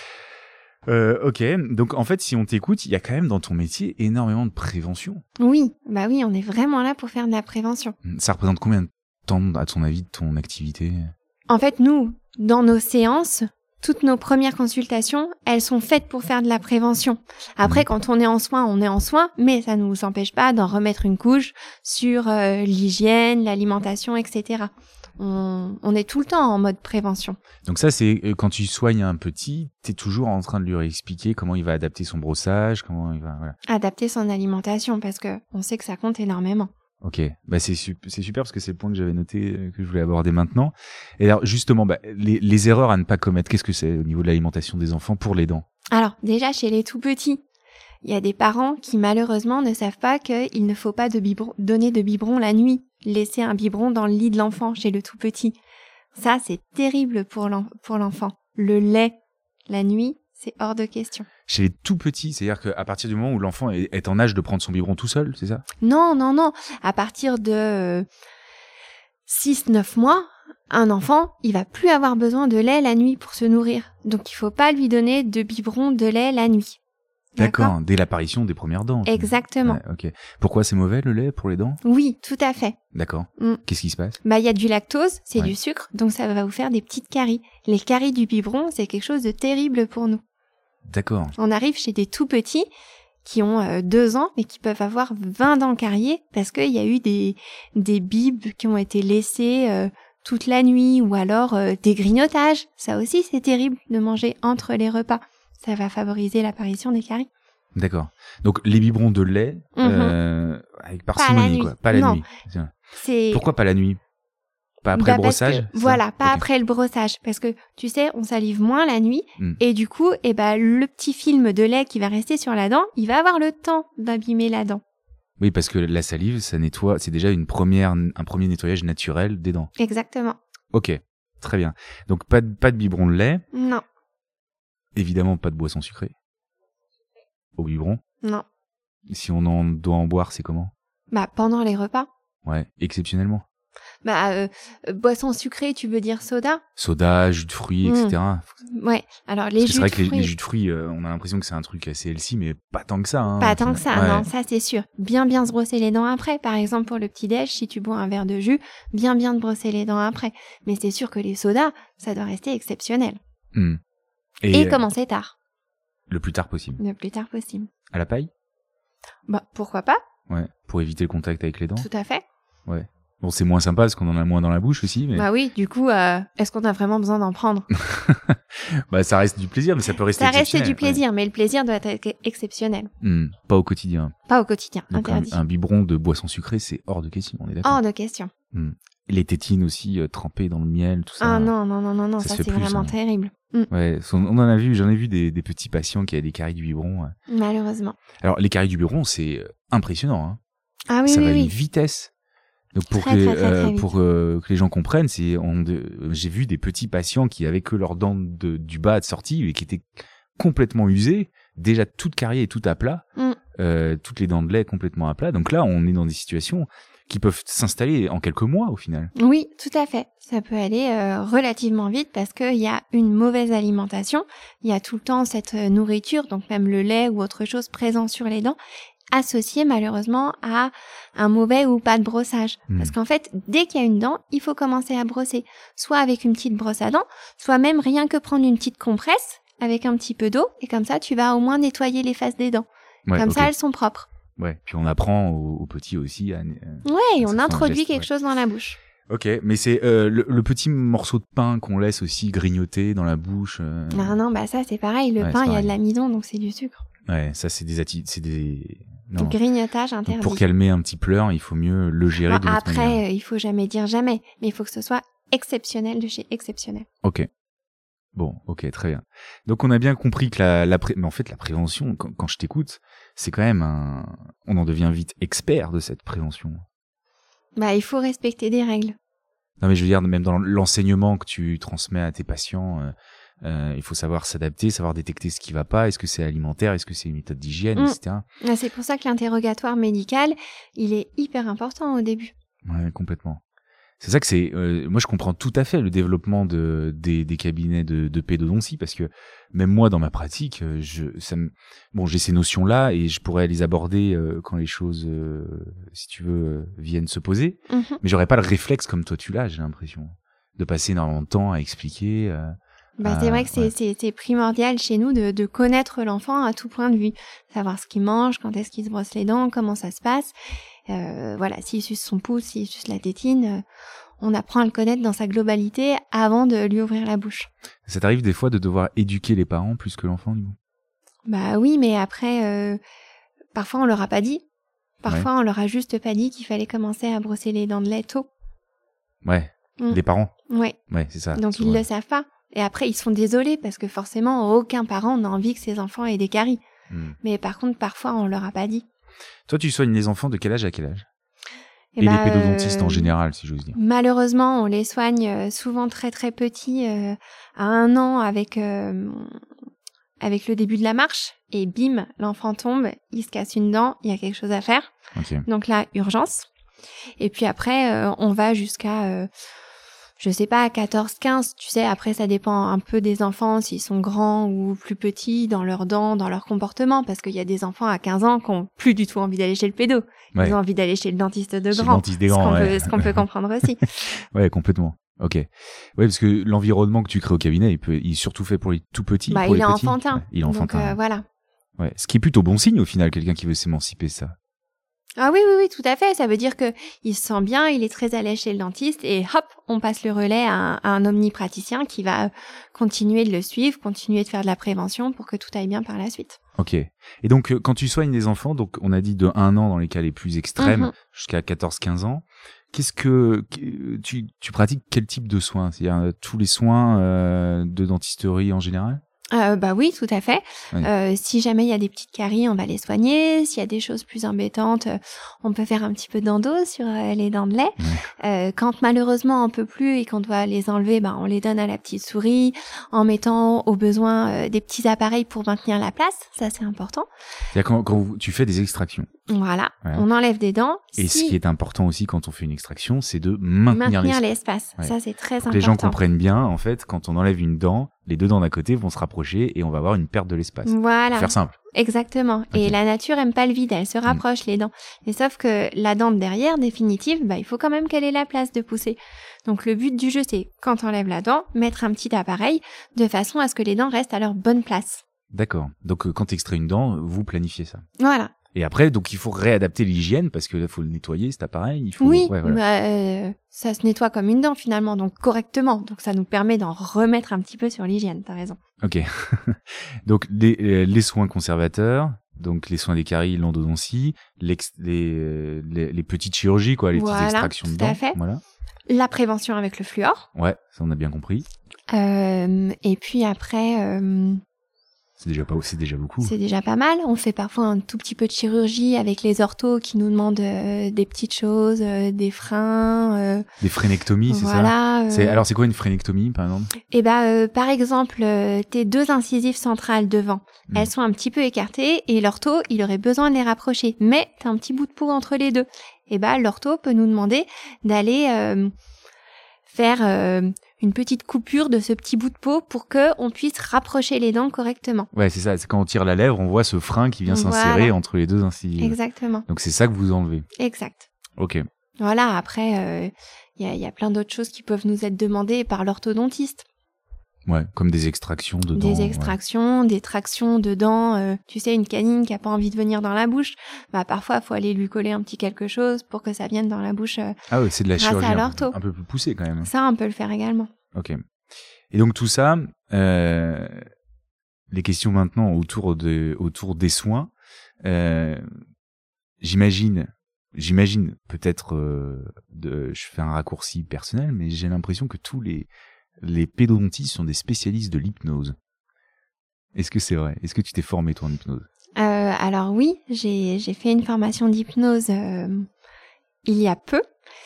Euh, ok, donc en fait, si on t'écoute, il y a quand même dans ton métier énormément de prévention. Oui, bah oui, on est vraiment là pour faire de la prévention. Ça représente combien de temps, à ton avis, de ton activité? En fait, nous, dans nos séances, toutes nos premières consultations, elles sont faites pour faire de la prévention. Après, Mhm. quand on est en soins, on est en soins, mais ça ne nous empêche pas d'en remettre une couche sur euh, l'hygiène, l'alimentation, et cetera. On, on est tout le temps en mode prévention. Donc ça, c'est euh, quand tu soignes un petit, t'es toujours en train de lui réexpliquer comment il va adapter son brossage, comment il va... Voilà. Adapter son alimentation, parce que on sait que ça compte énormément. Ok, bah c'est su- c'est super parce que c'est le point que j'avais noté euh, que je voulais aborder maintenant. Et alors justement, bah, les, les erreurs à ne pas commettre, qu'est-ce que c'est au niveau de l'alimentation des enfants pour les dents? Alors, déjà, chez les tout-petits, il y a des parents qui, malheureusement, ne savent pas qu'il ne faut pas de biberon, donner de biberon la nuit. Laisser un biberon dans le lit de l'enfant chez le tout-petit. Ça, c'est terrible pour l'en- pour l'enfant. Le lait, la nuit, c'est hors de question. Chez les tout petits, c'est-à-dire qu'à partir du moment où l'enfant est, est en âge de prendre son biberon tout seul, c'est ça? Non, non, non. À partir de six neuf mois, un enfant, il va plus avoir besoin de lait la nuit pour se nourrir. Donc, il faut pas lui donner de biberon de lait la nuit. D'accord, dès l'apparition des premières dents. Exactement. Ouais, ok. Pourquoi c'est mauvais le lait pour les dents? Oui, tout à fait. D'accord. Mm. Qu'est-ce qui se passe? Bah, il y a du lactose, c'est Ouais. du sucre, donc ça va vous faire des petites caries. Les caries du biberon, c'est quelque chose de terrible pour nous. D'accord. On arrive chez des tout petits qui ont euh, deux ans, mais qui peuvent avoir vingt dents cariées parce qu'il y a eu des, des bibes qui ont été laissées euh, toute la nuit ou alors euh, des grignotages. Ça aussi, c'est terrible de manger entre les repas. Ça va favoriser l'apparition des caries. D'accord. Donc les biberons de lait, Mhm. euh, avec parcimonie, nuit. quoi. Pas la Non. nuit. Tiens. C'est Pourquoi pas la nuit? Pas après Bah, le parce que- brossage? c'est ça? Voilà, pas Ok. après le brossage. Parce que, tu sais, on salive moins la nuit. Mm. Et du coup, eh ben, le petit film de lait qui va rester sur la dent, il va avoir le temps d'abîmer la dent. Oui, parce que la salive, ça nettoie, c'est déjà une première, un premier nettoyage naturel des dents. Exactement. Ok, très bien. Donc pas de, pas de biberon de lait. Non. Évidemment pas de boisson sucrée. Au biberon. Non. Si on en doit en boire, c'est comment? Bah pendant les repas. Ouais, exceptionnellement. Bah euh, euh, boisson sucrée, tu veux dire soda? Soda, jus de fruits, Mmh. et cetera. Ouais. Alors les Parce que c'est jus vrai de que les, fruits. les jus de fruits, euh, on a l'impression que c'est un truc assez healthy, mais pas tant que ça. Hein, Pas au tant que ça, final. non, Ouais. ça c'est sûr. Bien bien se brosser les dents après. Par exemple pour le petit déj, si tu bois un verre de jus, bien bien te brosser les dents après. Mais c'est sûr que les sodas, ça doit rester exceptionnel. Hmm. Et, Et, euh, commencer tard, le plus tard possible. le plus tard possible. À la paille? Bah pourquoi pas? Ouais. Pour éviter le contact avec les dents. Tout à fait. Ouais. Bon, c'est moins sympa parce qu'on en a moins dans la bouche aussi, mais Bah oui, du coup, euh, est-ce qu'on a vraiment besoin d'en prendre? bah ça reste du plaisir, mais ça peut rester Ça reste exceptionnel, du plaisir, mais le plaisir doit être exceptionnel. ouais. Hmm. Pas au quotidien. Pas au quotidien, Donc un, interdit. un biberon de boisson sucrée, c'est hors de question, on est d'accord. Hors de question. Hmm. Les tétines aussi euh, trempées dans le miel, tout ça. Ah non, non, non, non, non, ça ça, se fait c'est plus, vraiment ça. terrible. Mm. Ouais, on on en a vu, j'en ai vu des, des petits patients qui avaient des caries du biberon. ouais. Malheureusement. Alors les caries du biberon, c'est euh, impressionnant. Hein. Ah oui, ça oui, va à une oui. vitesse. Donc pour Très, que très, très, très euh, vite. pour euh, que les gens comprennent, c'est on de- j'ai vu des petits patients qui avaient que leurs dents de, du bas de sortie et qui étaient complètement usés, déjà toute carie et tout à plat, Mm. euh, toutes les dents de lait complètement à plat. Donc là, on est dans des situations qui peuvent s'installer en quelques mois au final. Oui, tout à fait. Ça peut aller euh, relativement vite parce qu'il y a une mauvaise alimentation. Il y a tout le temps cette euh, nourriture, donc même le lait ou autre chose présent sur les dents, associé malheureusement à un mauvais ou pas de brossage. Mm. Parce qu'en fait, dès qu'il y a une dent, il faut commencer à brosser. Soit avec une petite brosse à dents, soit même rien que prendre une petite compresse avec un petit peu d'eau, et comme ça, tu vas au moins nettoyer les faces des dents. Ouais, comme ok. ça, elles sont propres. Ouais. Puis on apprend aux, aux petits aussi à, euh, Ouais, et Ça on fait un introduit geste, quelque ouais. chose dans la bouche. Ok, mais c'est euh, le, le petit morceau de pain qu'on laisse aussi grignoter dans la bouche. euh, Ah non, bah ça, c'est pareil. Le Ouais, pain, c'est il y a pareil. de l'amidon, donc c'est du sucre. Ouais, ça c'est des atti- c'est des non. Le grignotage Donc, interdit. pour calmer un petit pleur, il faut mieux le gérer Bon, de notre manière. après, euh, il faut jamais dire jamais, mais il faut que ce soit exceptionnel de chez exceptionnel. Ok. Bon, ok, très bien. Donc on a bien compris que la, la pré... mais en fait la prévention, quand, quand je t'écoute, c'est quand même un, on en devient vite expert de cette prévention. Bah, il faut respecter des règles. Non mais je veux dire même dans l'enseignement que tu transmets à tes patients, euh, euh, il faut savoir s'adapter, savoir détecter ce qui va pas. Est-ce que c'est alimentaire, est-ce que c'est une méthode d'hygiène, Mm. et cetera. Ah, c'est pour ça que l'interrogatoire médical, il est hyper important au début. Ouais, complètement. C'est ça que c'est. Euh, moi, je comprends tout à fait le développement de des, des cabinets de, de pédodontie parce que même moi, dans ma pratique, euh, je ça me, bon, j'ai ces notions-là et je pourrais les aborder euh, quand les choses, euh, si tu veux, euh, viennent se poser. Mhm. Mais j'aurais pas le réflexe comme toi tu l'as. J'ai l'impression de passer énormément de temps à expliquer. Euh, Bah, Ah, c'est vrai que c'est, ouais. c'est, c'est primordial chez nous de, de connaître l'enfant à tout point de vue. Savoir ce qu'il mange, quand est-ce qu'il se brosse les dents, comment ça se passe. Euh, voilà, s'il suce son pouce, s'il suce la tétine, euh, on apprend à le connaître dans sa globalité avant de lui ouvrir la bouche. Ça t'arrive des fois de devoir éduquer les parents plus que l'enfant, du coup? Bah oui, mais après, euh, parfois on leur a pas dit. Parfois on leur a juste pas dit qu'il fallait commencer à brosser les dents de lait tôt. Ouais. Mm. Les parents. Ouais, Ouais, c'est ça. donc souvent. ils le savent pas. Et après ils sont désolés parce que forcément aucun parent n'a envie que ses enfants aient des caries. Hmm. Mais par contre parfois on leur a pas dit. Toi, tu soignes les enfants de quel âge à quel âge? Et, Et, bah, les pédodontistes euh, en général, si j'ose dire. Malheureusement, on les soigne euh, souvent très très petits, euh, à un an avec euh, avec le début de la marche, et bim, l'enfant tombe, il se casse une dent, il y a quelque chose à faire. Ok. Donc là, urgence. Et puis après, euh, on va jusqu'à, euh, je sais pas, quatorze quinze, tu sais, après ça dépend un peu des enfants, s'ils sont grands ou plus petits, dans leurs dents, dans leur comportement, parce qu'il y a des enfants à quinze ans qui ont plus du tout envie d'aller chez le pédo. Ouais. Ils ont envie d'aller chez le dentiste de Chez le grand. dentiste des ce grands, qu'on ouais. peut, ce qu'on peut comprendre aussi. Ouais, complètement. Ok. Ouais, parce que l'environnement que tu crées au cabinet, il peut, il est surtout fait pour les tout petits. Bah, pour il les est petits. enfantin. Ouais, il est Donc, enfantin. euh, ouais. voilà. Ouais. Ce qui est plutôt bon signe au final, quelqu'un qui veut s'émanciper, ça. Ah oui, oui, oui, tout à fait. Ça veut dire que il se sent bien, il est très à l'aise chez le dentiste et hop, on passe le relais à un, à un omnipraticien qui va continuer de le suivre, continuer de faire de la prévention pour que tout aille bien par la suite. Ok. Et donc, euh, quand tu soignes des enfants, donc on a dit de un an dans les cas les plus extrêmes Mhm. jusqu'à quatorze quinze ans, qu'est-ce que que- tu, tu pratiques quel type de soins? C'est-à-dire euh, tous les soins euh, de dentisterie en général? Euh, bah oui, tout à fait. Oui. Euh, si jamais il y a des petites caries, on va les soigner. S'il y a des choses plus embêtantes, euh, on peut faire un petit peu d'endo sur euh, les dents de lait. Oui. Euh, quand malheureusement on peut plus et qu'on doit les enlever, bah, on les donne à la petite souris en mettant au besoin euh, des petits appareils pour maintenir la place. Ça, c'est important. C'est-à-dire quand, quand vous- tu fais des extractions. Voilà, Ouais. on enlève des dents. Et Si- ce qui est important aussi quand on fait une extraction, c'est de maintenir, maintenir l'espace. l'espace. Ouais. Ça, c'est très Pour important. que les gens comprennent bien, en fait, quand on enlève une dent, les deux dents d'à côté vont se rapprocher et on va avoir une perte de l'espace. Voilà. Pour faire simple. Exactement. Ok. Et la nature aime pas le vide, elle se rapproche les dents. Mais sauf que la dent de derrière, définitive, bah, il faut quand même qu'elle ait la place de pousser. Donc le but du jeu, c'est quand on enlève la dent, mettre un petit appareil de façon à ce que les dents restent à leur bonne place. D'accord. Donc euh, quand tu extrais une dent, vous planifiez ça. Voilà. Et après, donc il faut réadapter l'hygiène parce que là, faut le nettoyer cet appareil. Il faut... Oui, Ouais, voilà. bah, euh, ça se nettoie comme une dent finalement, donc correctement. Donc ça nous permet d'en remettre un petit peu sur l'hygiène, t'as raison. Ok. Donc les, euh, les soins conservateurs, donc les soins des caries, l'endodontie, l'ex- les, euh, les, les petites chirurgies, quoi, les Voilà, petites extractions de tout à dents. fait. Voilà. La prévention avec le fluor. Ouais, ça on a bien compris. Euh, et puis après, euh, C'est déjà pas, c'est déjà beaucoup. c'est déjà pas mal. On fait parfois un tout petit peu de chirurgie avec les orthos qui nous demandent euh, des petites choses, euh, des freins. Euh, Des frénectomies, c'est ça. voilà. euh, C'est alors c'est quoi une frénectomie par exemple? Et ben, euh, par exemple, euh, tes deux incisives centrales devant, Mm. elles sont un petit peu écartées et l'ortho, il aurait besoin de les rapprocher. Mais t'as un petit bout de peau entre les deux. Et ben, l'ortho peut nous demander d'aller euh, faire euh, une petite coupure de ce petit bout de peau pour que on puisse rapprocher les dents correctement. Ouais, c'est ça. C'est quand on tire la lèvre, on voit ce frein qui vient Voilà. s'insérer entre les deux incisives. Exactement. Donc c'est ça que vous enlevez. Exact. Ok. Voilà. Après, il euh, y, a, y a plein d'autres choses qui peuvent nous être demandées par l'orthodontiste. Ouais, comme des extractions de dents. Des ouais. extractions, des tractions de dents. euh, tu sais, une canine qui a pas envie de venir dans la bouche, bah parfois faut aller lui coller un petit quelque chose pour que ça vienne dans la bouche. euh, Ah ouais, c'est de la grâce chirurgie à un peu, l'ortho. un peu plus poussée quand même. Ça, on peut le faire également. Ok. Et donc tout ça, euh, les questions maintenant autour de autour des soins. Euh, j'imagine, j'imagine peut-être, euh, de, je fais un raccourci personnel, mais j'ai l'impression que tous les les pédodontistes sont des spécialistes de l'hypnose. Est-ce que c'est vrai? Est-ce que tu t'es formé toi en hypnose? Euh, alors oui, j'ai j'ai fait une formation d'hypnose euh, il y a peu,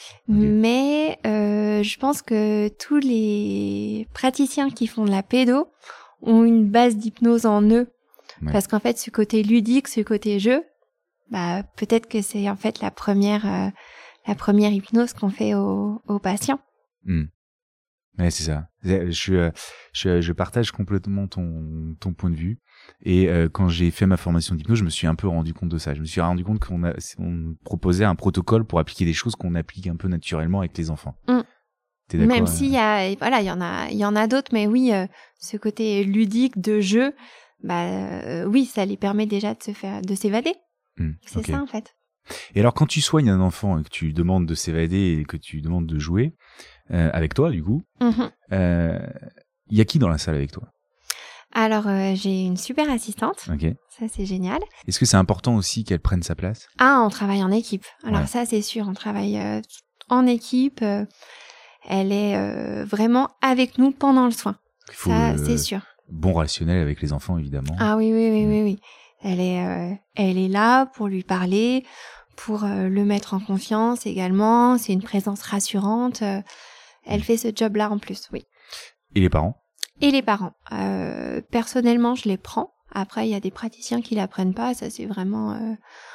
mais euh, je pense que tous les praticiens qui font de la pédo ont une base d'hypnose en eux, Ouais. parce qu'en fait, ce côté ludique, ce côté jeu, bah peut-être que c'est en fait la première euh, la première hypnose qu'on fait aux, aux patients. Hmm. Ouais, c'est ça. Je, suis, euh, je, je partage complètement ton, ton point de vue. Et euh, quand j'ai fait ma formation d'hypnose, je me suis un peu rendu compte de ça. Je me suis rendu compte qu'on a, on nous proposait un protocole pour appliquer des choses qu'on applique un peu naturellement avec les enfants. Mm. T'es d'accord? Même euh s'il y a, voilà, il y en a, il y en a d'autres, mais oui, euh, ce côté ludique de jeu, bah euh, oui, ça les permet déjà de se faire, de s'évader. Hmm, C'est ok. ça en fait. Et alors, quand tu soignes un enfant et que tu demandes de s'évader et que tu demandes de jouer euh, avec toi, du coup, Mhm. euh, il y a qui dans la salle avec toi? Alors euh, j'ai une super assistante, Ok. ça c'est génial. Est-ce que c'est important aussi qu'elle prenne sa place? Ah, on travaille en équipe. Alors Ouais. ça c'est sûr, on travaille euh, en équipe. euh, elle est euh, vraiment avec nous pendant le soin. Il faut Ça euh, c'est sûr. bon relationnel avec les enfants, évidemment. Ah oui oui oui Mm. oui oui. Elle est euh, elle est là pour lui parler, pour euh, le mettre en confiance également. C'est une présence rassurante. euh, elle Mm. fait ce job-là en plus, oui. Et les parents? Et les parents. Euh, personnellement, je les prends. Après, il y a des praticiens qui la prennent pas. Ça, c'est vraiment euh,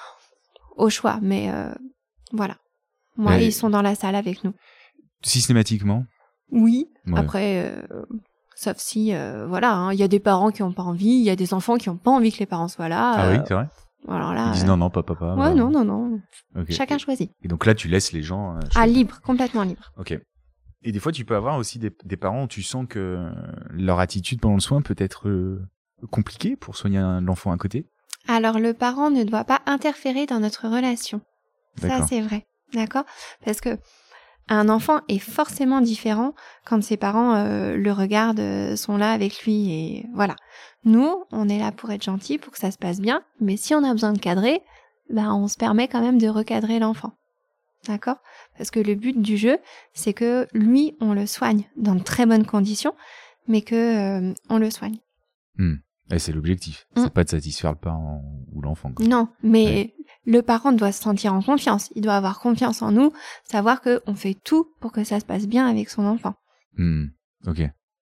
au choix. Mais euh, voilà. Moi, Ouais. ils sont dans la salle avec nous. Systématiquement? Oui. Ouais. Après, euh, sauf si, euh, voilà, hein, il y a des parents qui ont pas envie. Il y a des enfants qui ont pas envie que les parents soient là. Ah euh, oui, c'est vrai? Alors là. Ils disent euh, non, non, pas papa. Ouais, non, non, non. Ok. Chacun Et, choisit. et donc là, tu laisses les gens. euh, Ah, choisir. libre, complètement libre. Ok. Et des fois, tu peux avoir aussi des, des parents où tu sens que euh, leur attitude pendant le soin peut être euh, compliquée pour soigner un- l'enfant à côté. Alors, le parent ne doit pas interférer dans notre relation. Ça, D'accord. c'est vrai. D'accord? Parce que un enfant est forcément différent quand ses parents euh, le regardent, euh, sont là avec lui. Et voilà. Nous, on est là pour être gentils, pour que ça se passe bien. Mais si on a besoin de cadrer, ben, on se permet quand même de recadrer l'enfant. D'accord? Parce que le but du jeu, c'est que lui, on le soigne dans de très bonnes conditions, mais que euh, on le soigne. Mmh. Et c'est l'objectif. Mmh. C'est pas de satisfaire le parent ou l'enfant. Quoi. Non, mais Ouais. le parent doit se sentir en confiance. Il doit avoir confiance en nous, savoir qu'on fait tout pour que ça se passe bien avec son enfant. Mmh. Ok.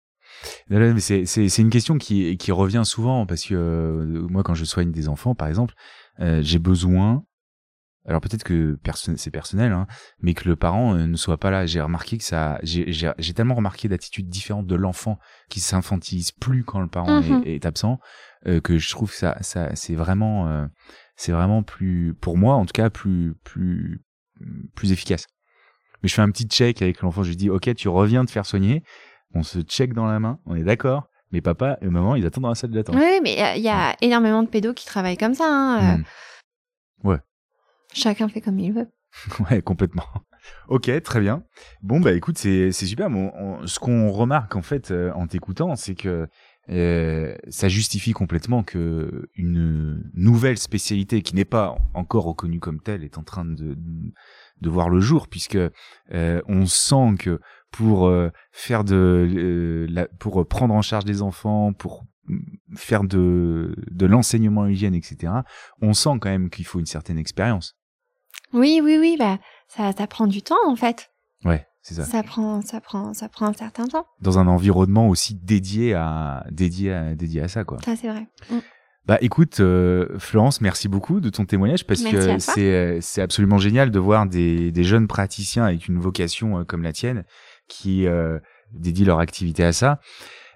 Là, là, mais c'est, c'est, c'est une question qui, qui revient souvent parce que euh, moi, quand je soigne des enfants, par exemple, euh, j'ai besoin. Alors peut-être que perso- c'est personnel, hein, mais que le parent euh, ne soit pas là. J'ai remarqué que ça, j'ai, j'ai, j'ai tellement remarqué d'attitudes différentes de l'enfant qui s'infantilise plus quand le parent Mhm. est, est absent, euh, que je trouve que ça, ça, c'est vraiment, euh, c'est vraiment plus, pour moi en tout cas, plus, plus, plus efficace. Mais je fais un petit check avec l'enfant. Je lui dis, ok, tu reviens te faire soigner. On se check dans la main. On est d'accord. Mais papa et maman, ils attendent dans la salle d'attente. Oui, mais il y a, y a énormément de pédos qui travaillent comme ça. Hein. Mmh. Ouais. Chacun fait comme il veut. Ouais, complètement. Ok, très bien. Bon, bah écoute, c'est c'est super. Bon, on- ce qu'on remarque en fait euh, en t'écoutant, c'est que euh, ça justifie complètement que une nouvelle spécialité qui n'est pas encore reconnue comme telle est en train de de voir le jour, puisque euh, on sent que pour euh, faire de euh, la, pour prendre en charge des enfants, pour faire de de l'enseignement hygiène, et cetera. On sent quand même qu'il faut une certaine expérience. Oui, oui, oui, bah ça, ça prend du temps en fait. Ouais, c'est ça. Ça prend, ça prend, ça prend un certain temps. Dans un environnement aussi dédié à dédié à dédié à ça, quoi. Ça c'est vrai. Mm. Bah écoute, euh, Florence, merci beaucoup de ton témoignage parce Merci à que toi. c'est euh, c'est absolument génial de voir des des jeunes praticiens avec une vocation euh, comme la tienne qui euh, dédient leur activité à ça.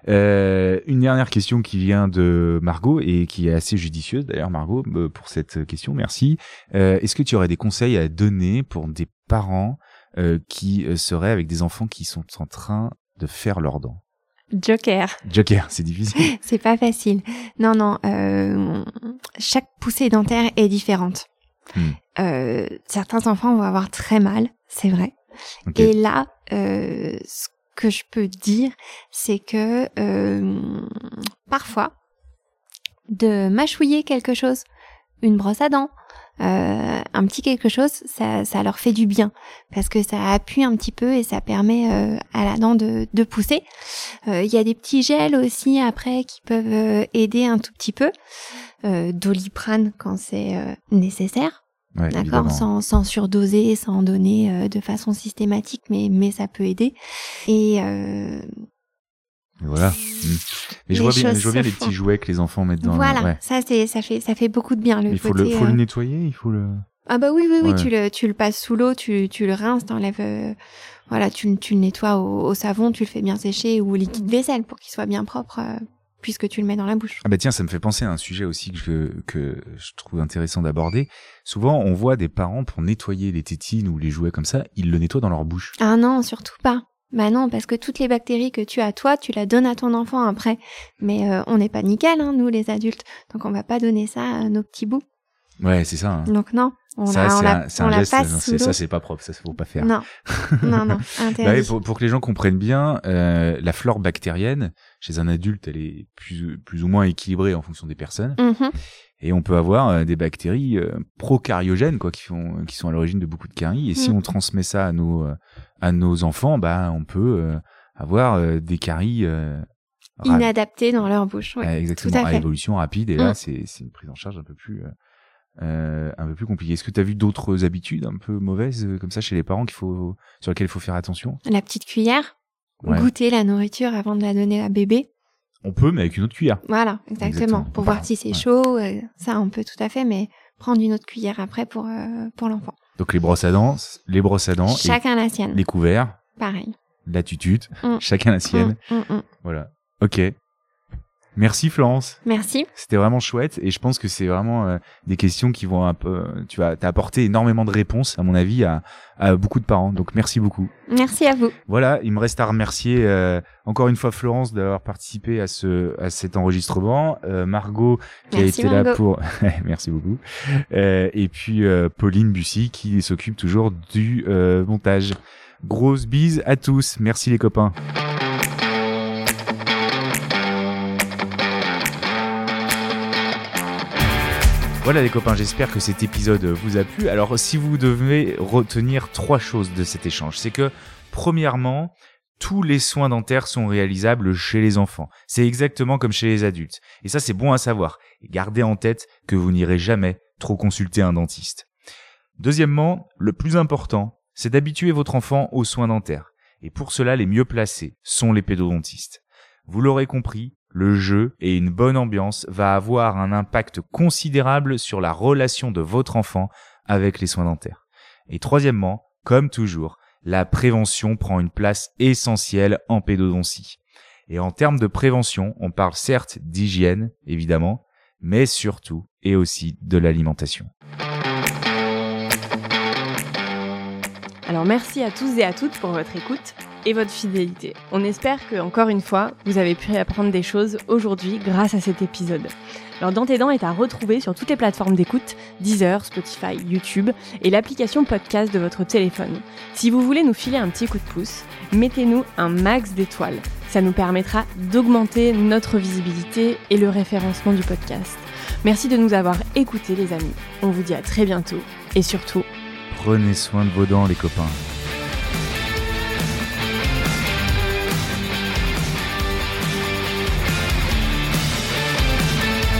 Euh, une dernière question qui vient de Margot et qui est assez judicieuse d'ailleurs, Margot, euh, pour cette question, merci. Euh, est-ce que tu aurais des conseils à donner pour des parents euh, qui euh, seraient avec des enfants qui sont en train de faire leurs dents? Joker. Joker, c'est difficile. C'est pas facile. Non, non. Euh, chaque poussée dentaire est différente. Hmm. Euh, certains enfants vont avoir très mal, c'est vrai. Ok. Et là, euh, ce que je peux dire, c'est que euh, parfois, de mâchouiller quelque chose, une brosse à dents, euh, un petit quelque chose, ça, ça leur fait du bien parce que ça appuie un petit peu et ça permet euh, à la dent de, de pousser. Euh, Il y a des petits gels aussi après qui peuvent euh, aider un tout petit peu. Euh, Doliprane quand c'est euh, nécessaire. Ouais, D'accord, évidemment. sans, sans surdoser, sans en donner euh, de façon systématique, mais, mais ça peut aider. Et euh, Voilà. Mm. Mais je les vois bien, choses je vois bien se les font. petits jouets que les enfants mettent dans. voilà, Ouais. ça c'est ça fait ça fait beaucoup de bien le Il faut côté. le, faut euh, le nettoyer, il faut le. Ah bah oui oui oui, Ouais. tu le tu le passes sous l'eau, tu tu le rinces, t'enlèves euh, voilà, tu tu le nettoies au, au savon, tu le fais bien sécher ou au liquide vaisselle pour qu'il soit bien propre euh, puisque tu le mets dans la bouche. Ah bah tiens, ça me fait penser à un sujet aussi que je, que je trouve intéressant d'aborder. Souvent, on voit des parents pour nettoyer les tétines ou les jouets comme ça, ils le nettoient dans leur bouche. Ah non, surtout pas. Bah non, parce que toutes les bactéries que tu as toi, tu la donnes à ton enfant après. Mais euh, on n'est pas nickel, hein, nous les adultes. Donc on va pas donner ça à nos petits bouts. Ouais, c'est ça. Hein. Donc non, on ça, la, on c'est la, un, c'est on un la geste. passe non, sous c'est, ça, l'eau. c'est pas propre. Ça, faut pas faire. Non, non, non, interdit. Bah ouais, pour, pour que les gens comprennent bien, euh, la flore bactérienne chez un adulte, elle est plus, plus ou moins équilibrée en fonction des personnes. Mhm. Et on peut avoir euh, des bactéries euh, procariogènes, quoi, qui font, qui sont à l'origine de beaucoup de caries. Et si Mm. on transmet ça à nos, euh, à nos enfants, bah, on peut euh, avoir euh, des caries euh, ra- Inadaptés dans leur bouche, oui. euh, exactement, tout à à, fait. évolution rapide. Et là, Mm. c'est, c'est une prise en charge un peu plus, euh, euh, un peu plus compliquée. Est-ce que tu as vu d'autres habitudes un peu mauvaises euh, comme ça chez les parents qu'il faut, sur lesquelles il faut faire attention? La petite cuillère, Ouais. goûter la nourriture avant de la donner à bébé. On peut, mais avec une autre cuillère. Voilà, exactement. Exactement. Pour Enfin, voir si c'est ouais. chaud, euh, ça on peut tout à fait, mais prendre une autre cuillère après pour, euh, pour l'enfant. Donc les brosses à dents, les brosses à dents, Chacun la et sienne. les couverts, Pareil. la tutute, Mm. chacun la sienne. Mm, mm, mm. Voilà. Ok. Merci Florence. Merci. C'était vraiment chouette et je pense que c'est vraiment euh, des questions qui vont un peu, tu vas, t'as apporté énormément de réponses à mon avis à, à beaucoup de parents. Donc merci beaucoup. Merci à vous. Voilà, il me reste à remercier euh, encore une fois Florence d'avoir participé à ce à cet enregistrement, euh, Margot qui Merci, a été là Margot. pour merci beaucoup, euh, et puis euh, Pauline Bussy qui s'occupe toujours du euh, montage. Grosse bise à tous, merci les copains. Voilà les copains, j'espère que cet épisode vous a plu. Alors si vous devez retenir trois choses de cet échange, c'est que premièrement, tous les soins dentaires sont réalisables chez les enfants. C'est exactement comme chez les adultes. Et ça, c'est bon à savoir. Et gardez en tête que vous n'irez jamais trop consulter un dentiste. Deuxièmement, le plus important, c'est d'habituer votre enfant aux soins dentaires. Et pour cela, les mieux placés sont les pédodontistes. Vous l'aurez compris, le jeu et une bonne ambiance va avoir un impact considérable sur la relation de votre enfant avec les soins dentaires. Et troisièmement, comme toujours, la prévention prend une place essentielle en pédodontie. Et en termes de prévention, on parle certes d'hygiène, évidemment, mais surtout et aussi de l'alimentation. Alors merci à tous et à toutes pour votre écoute et votre fidélité. On espère que, encore une fois, vous avez pu apprendre des choses aujourd'hui grâce à cet épisode. Alors Dents et Dents est à retrouver sur toutes les plateformes d'écoute, Deezer, Spotify, YouTube et l'application podcast de votre téléphone. Si vous voulez nous filer un petit coup de pouce, mettez-nous un max d'étoiles. Ça nous permettra d'augmenter notre visibilité et le référencement du podcast. Merci de nous avoir écoutés les amis. On vous dit à très bientôt et surtout, prenez soin de vos dents les copains.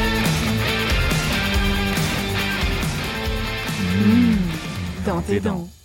Dents et Dents.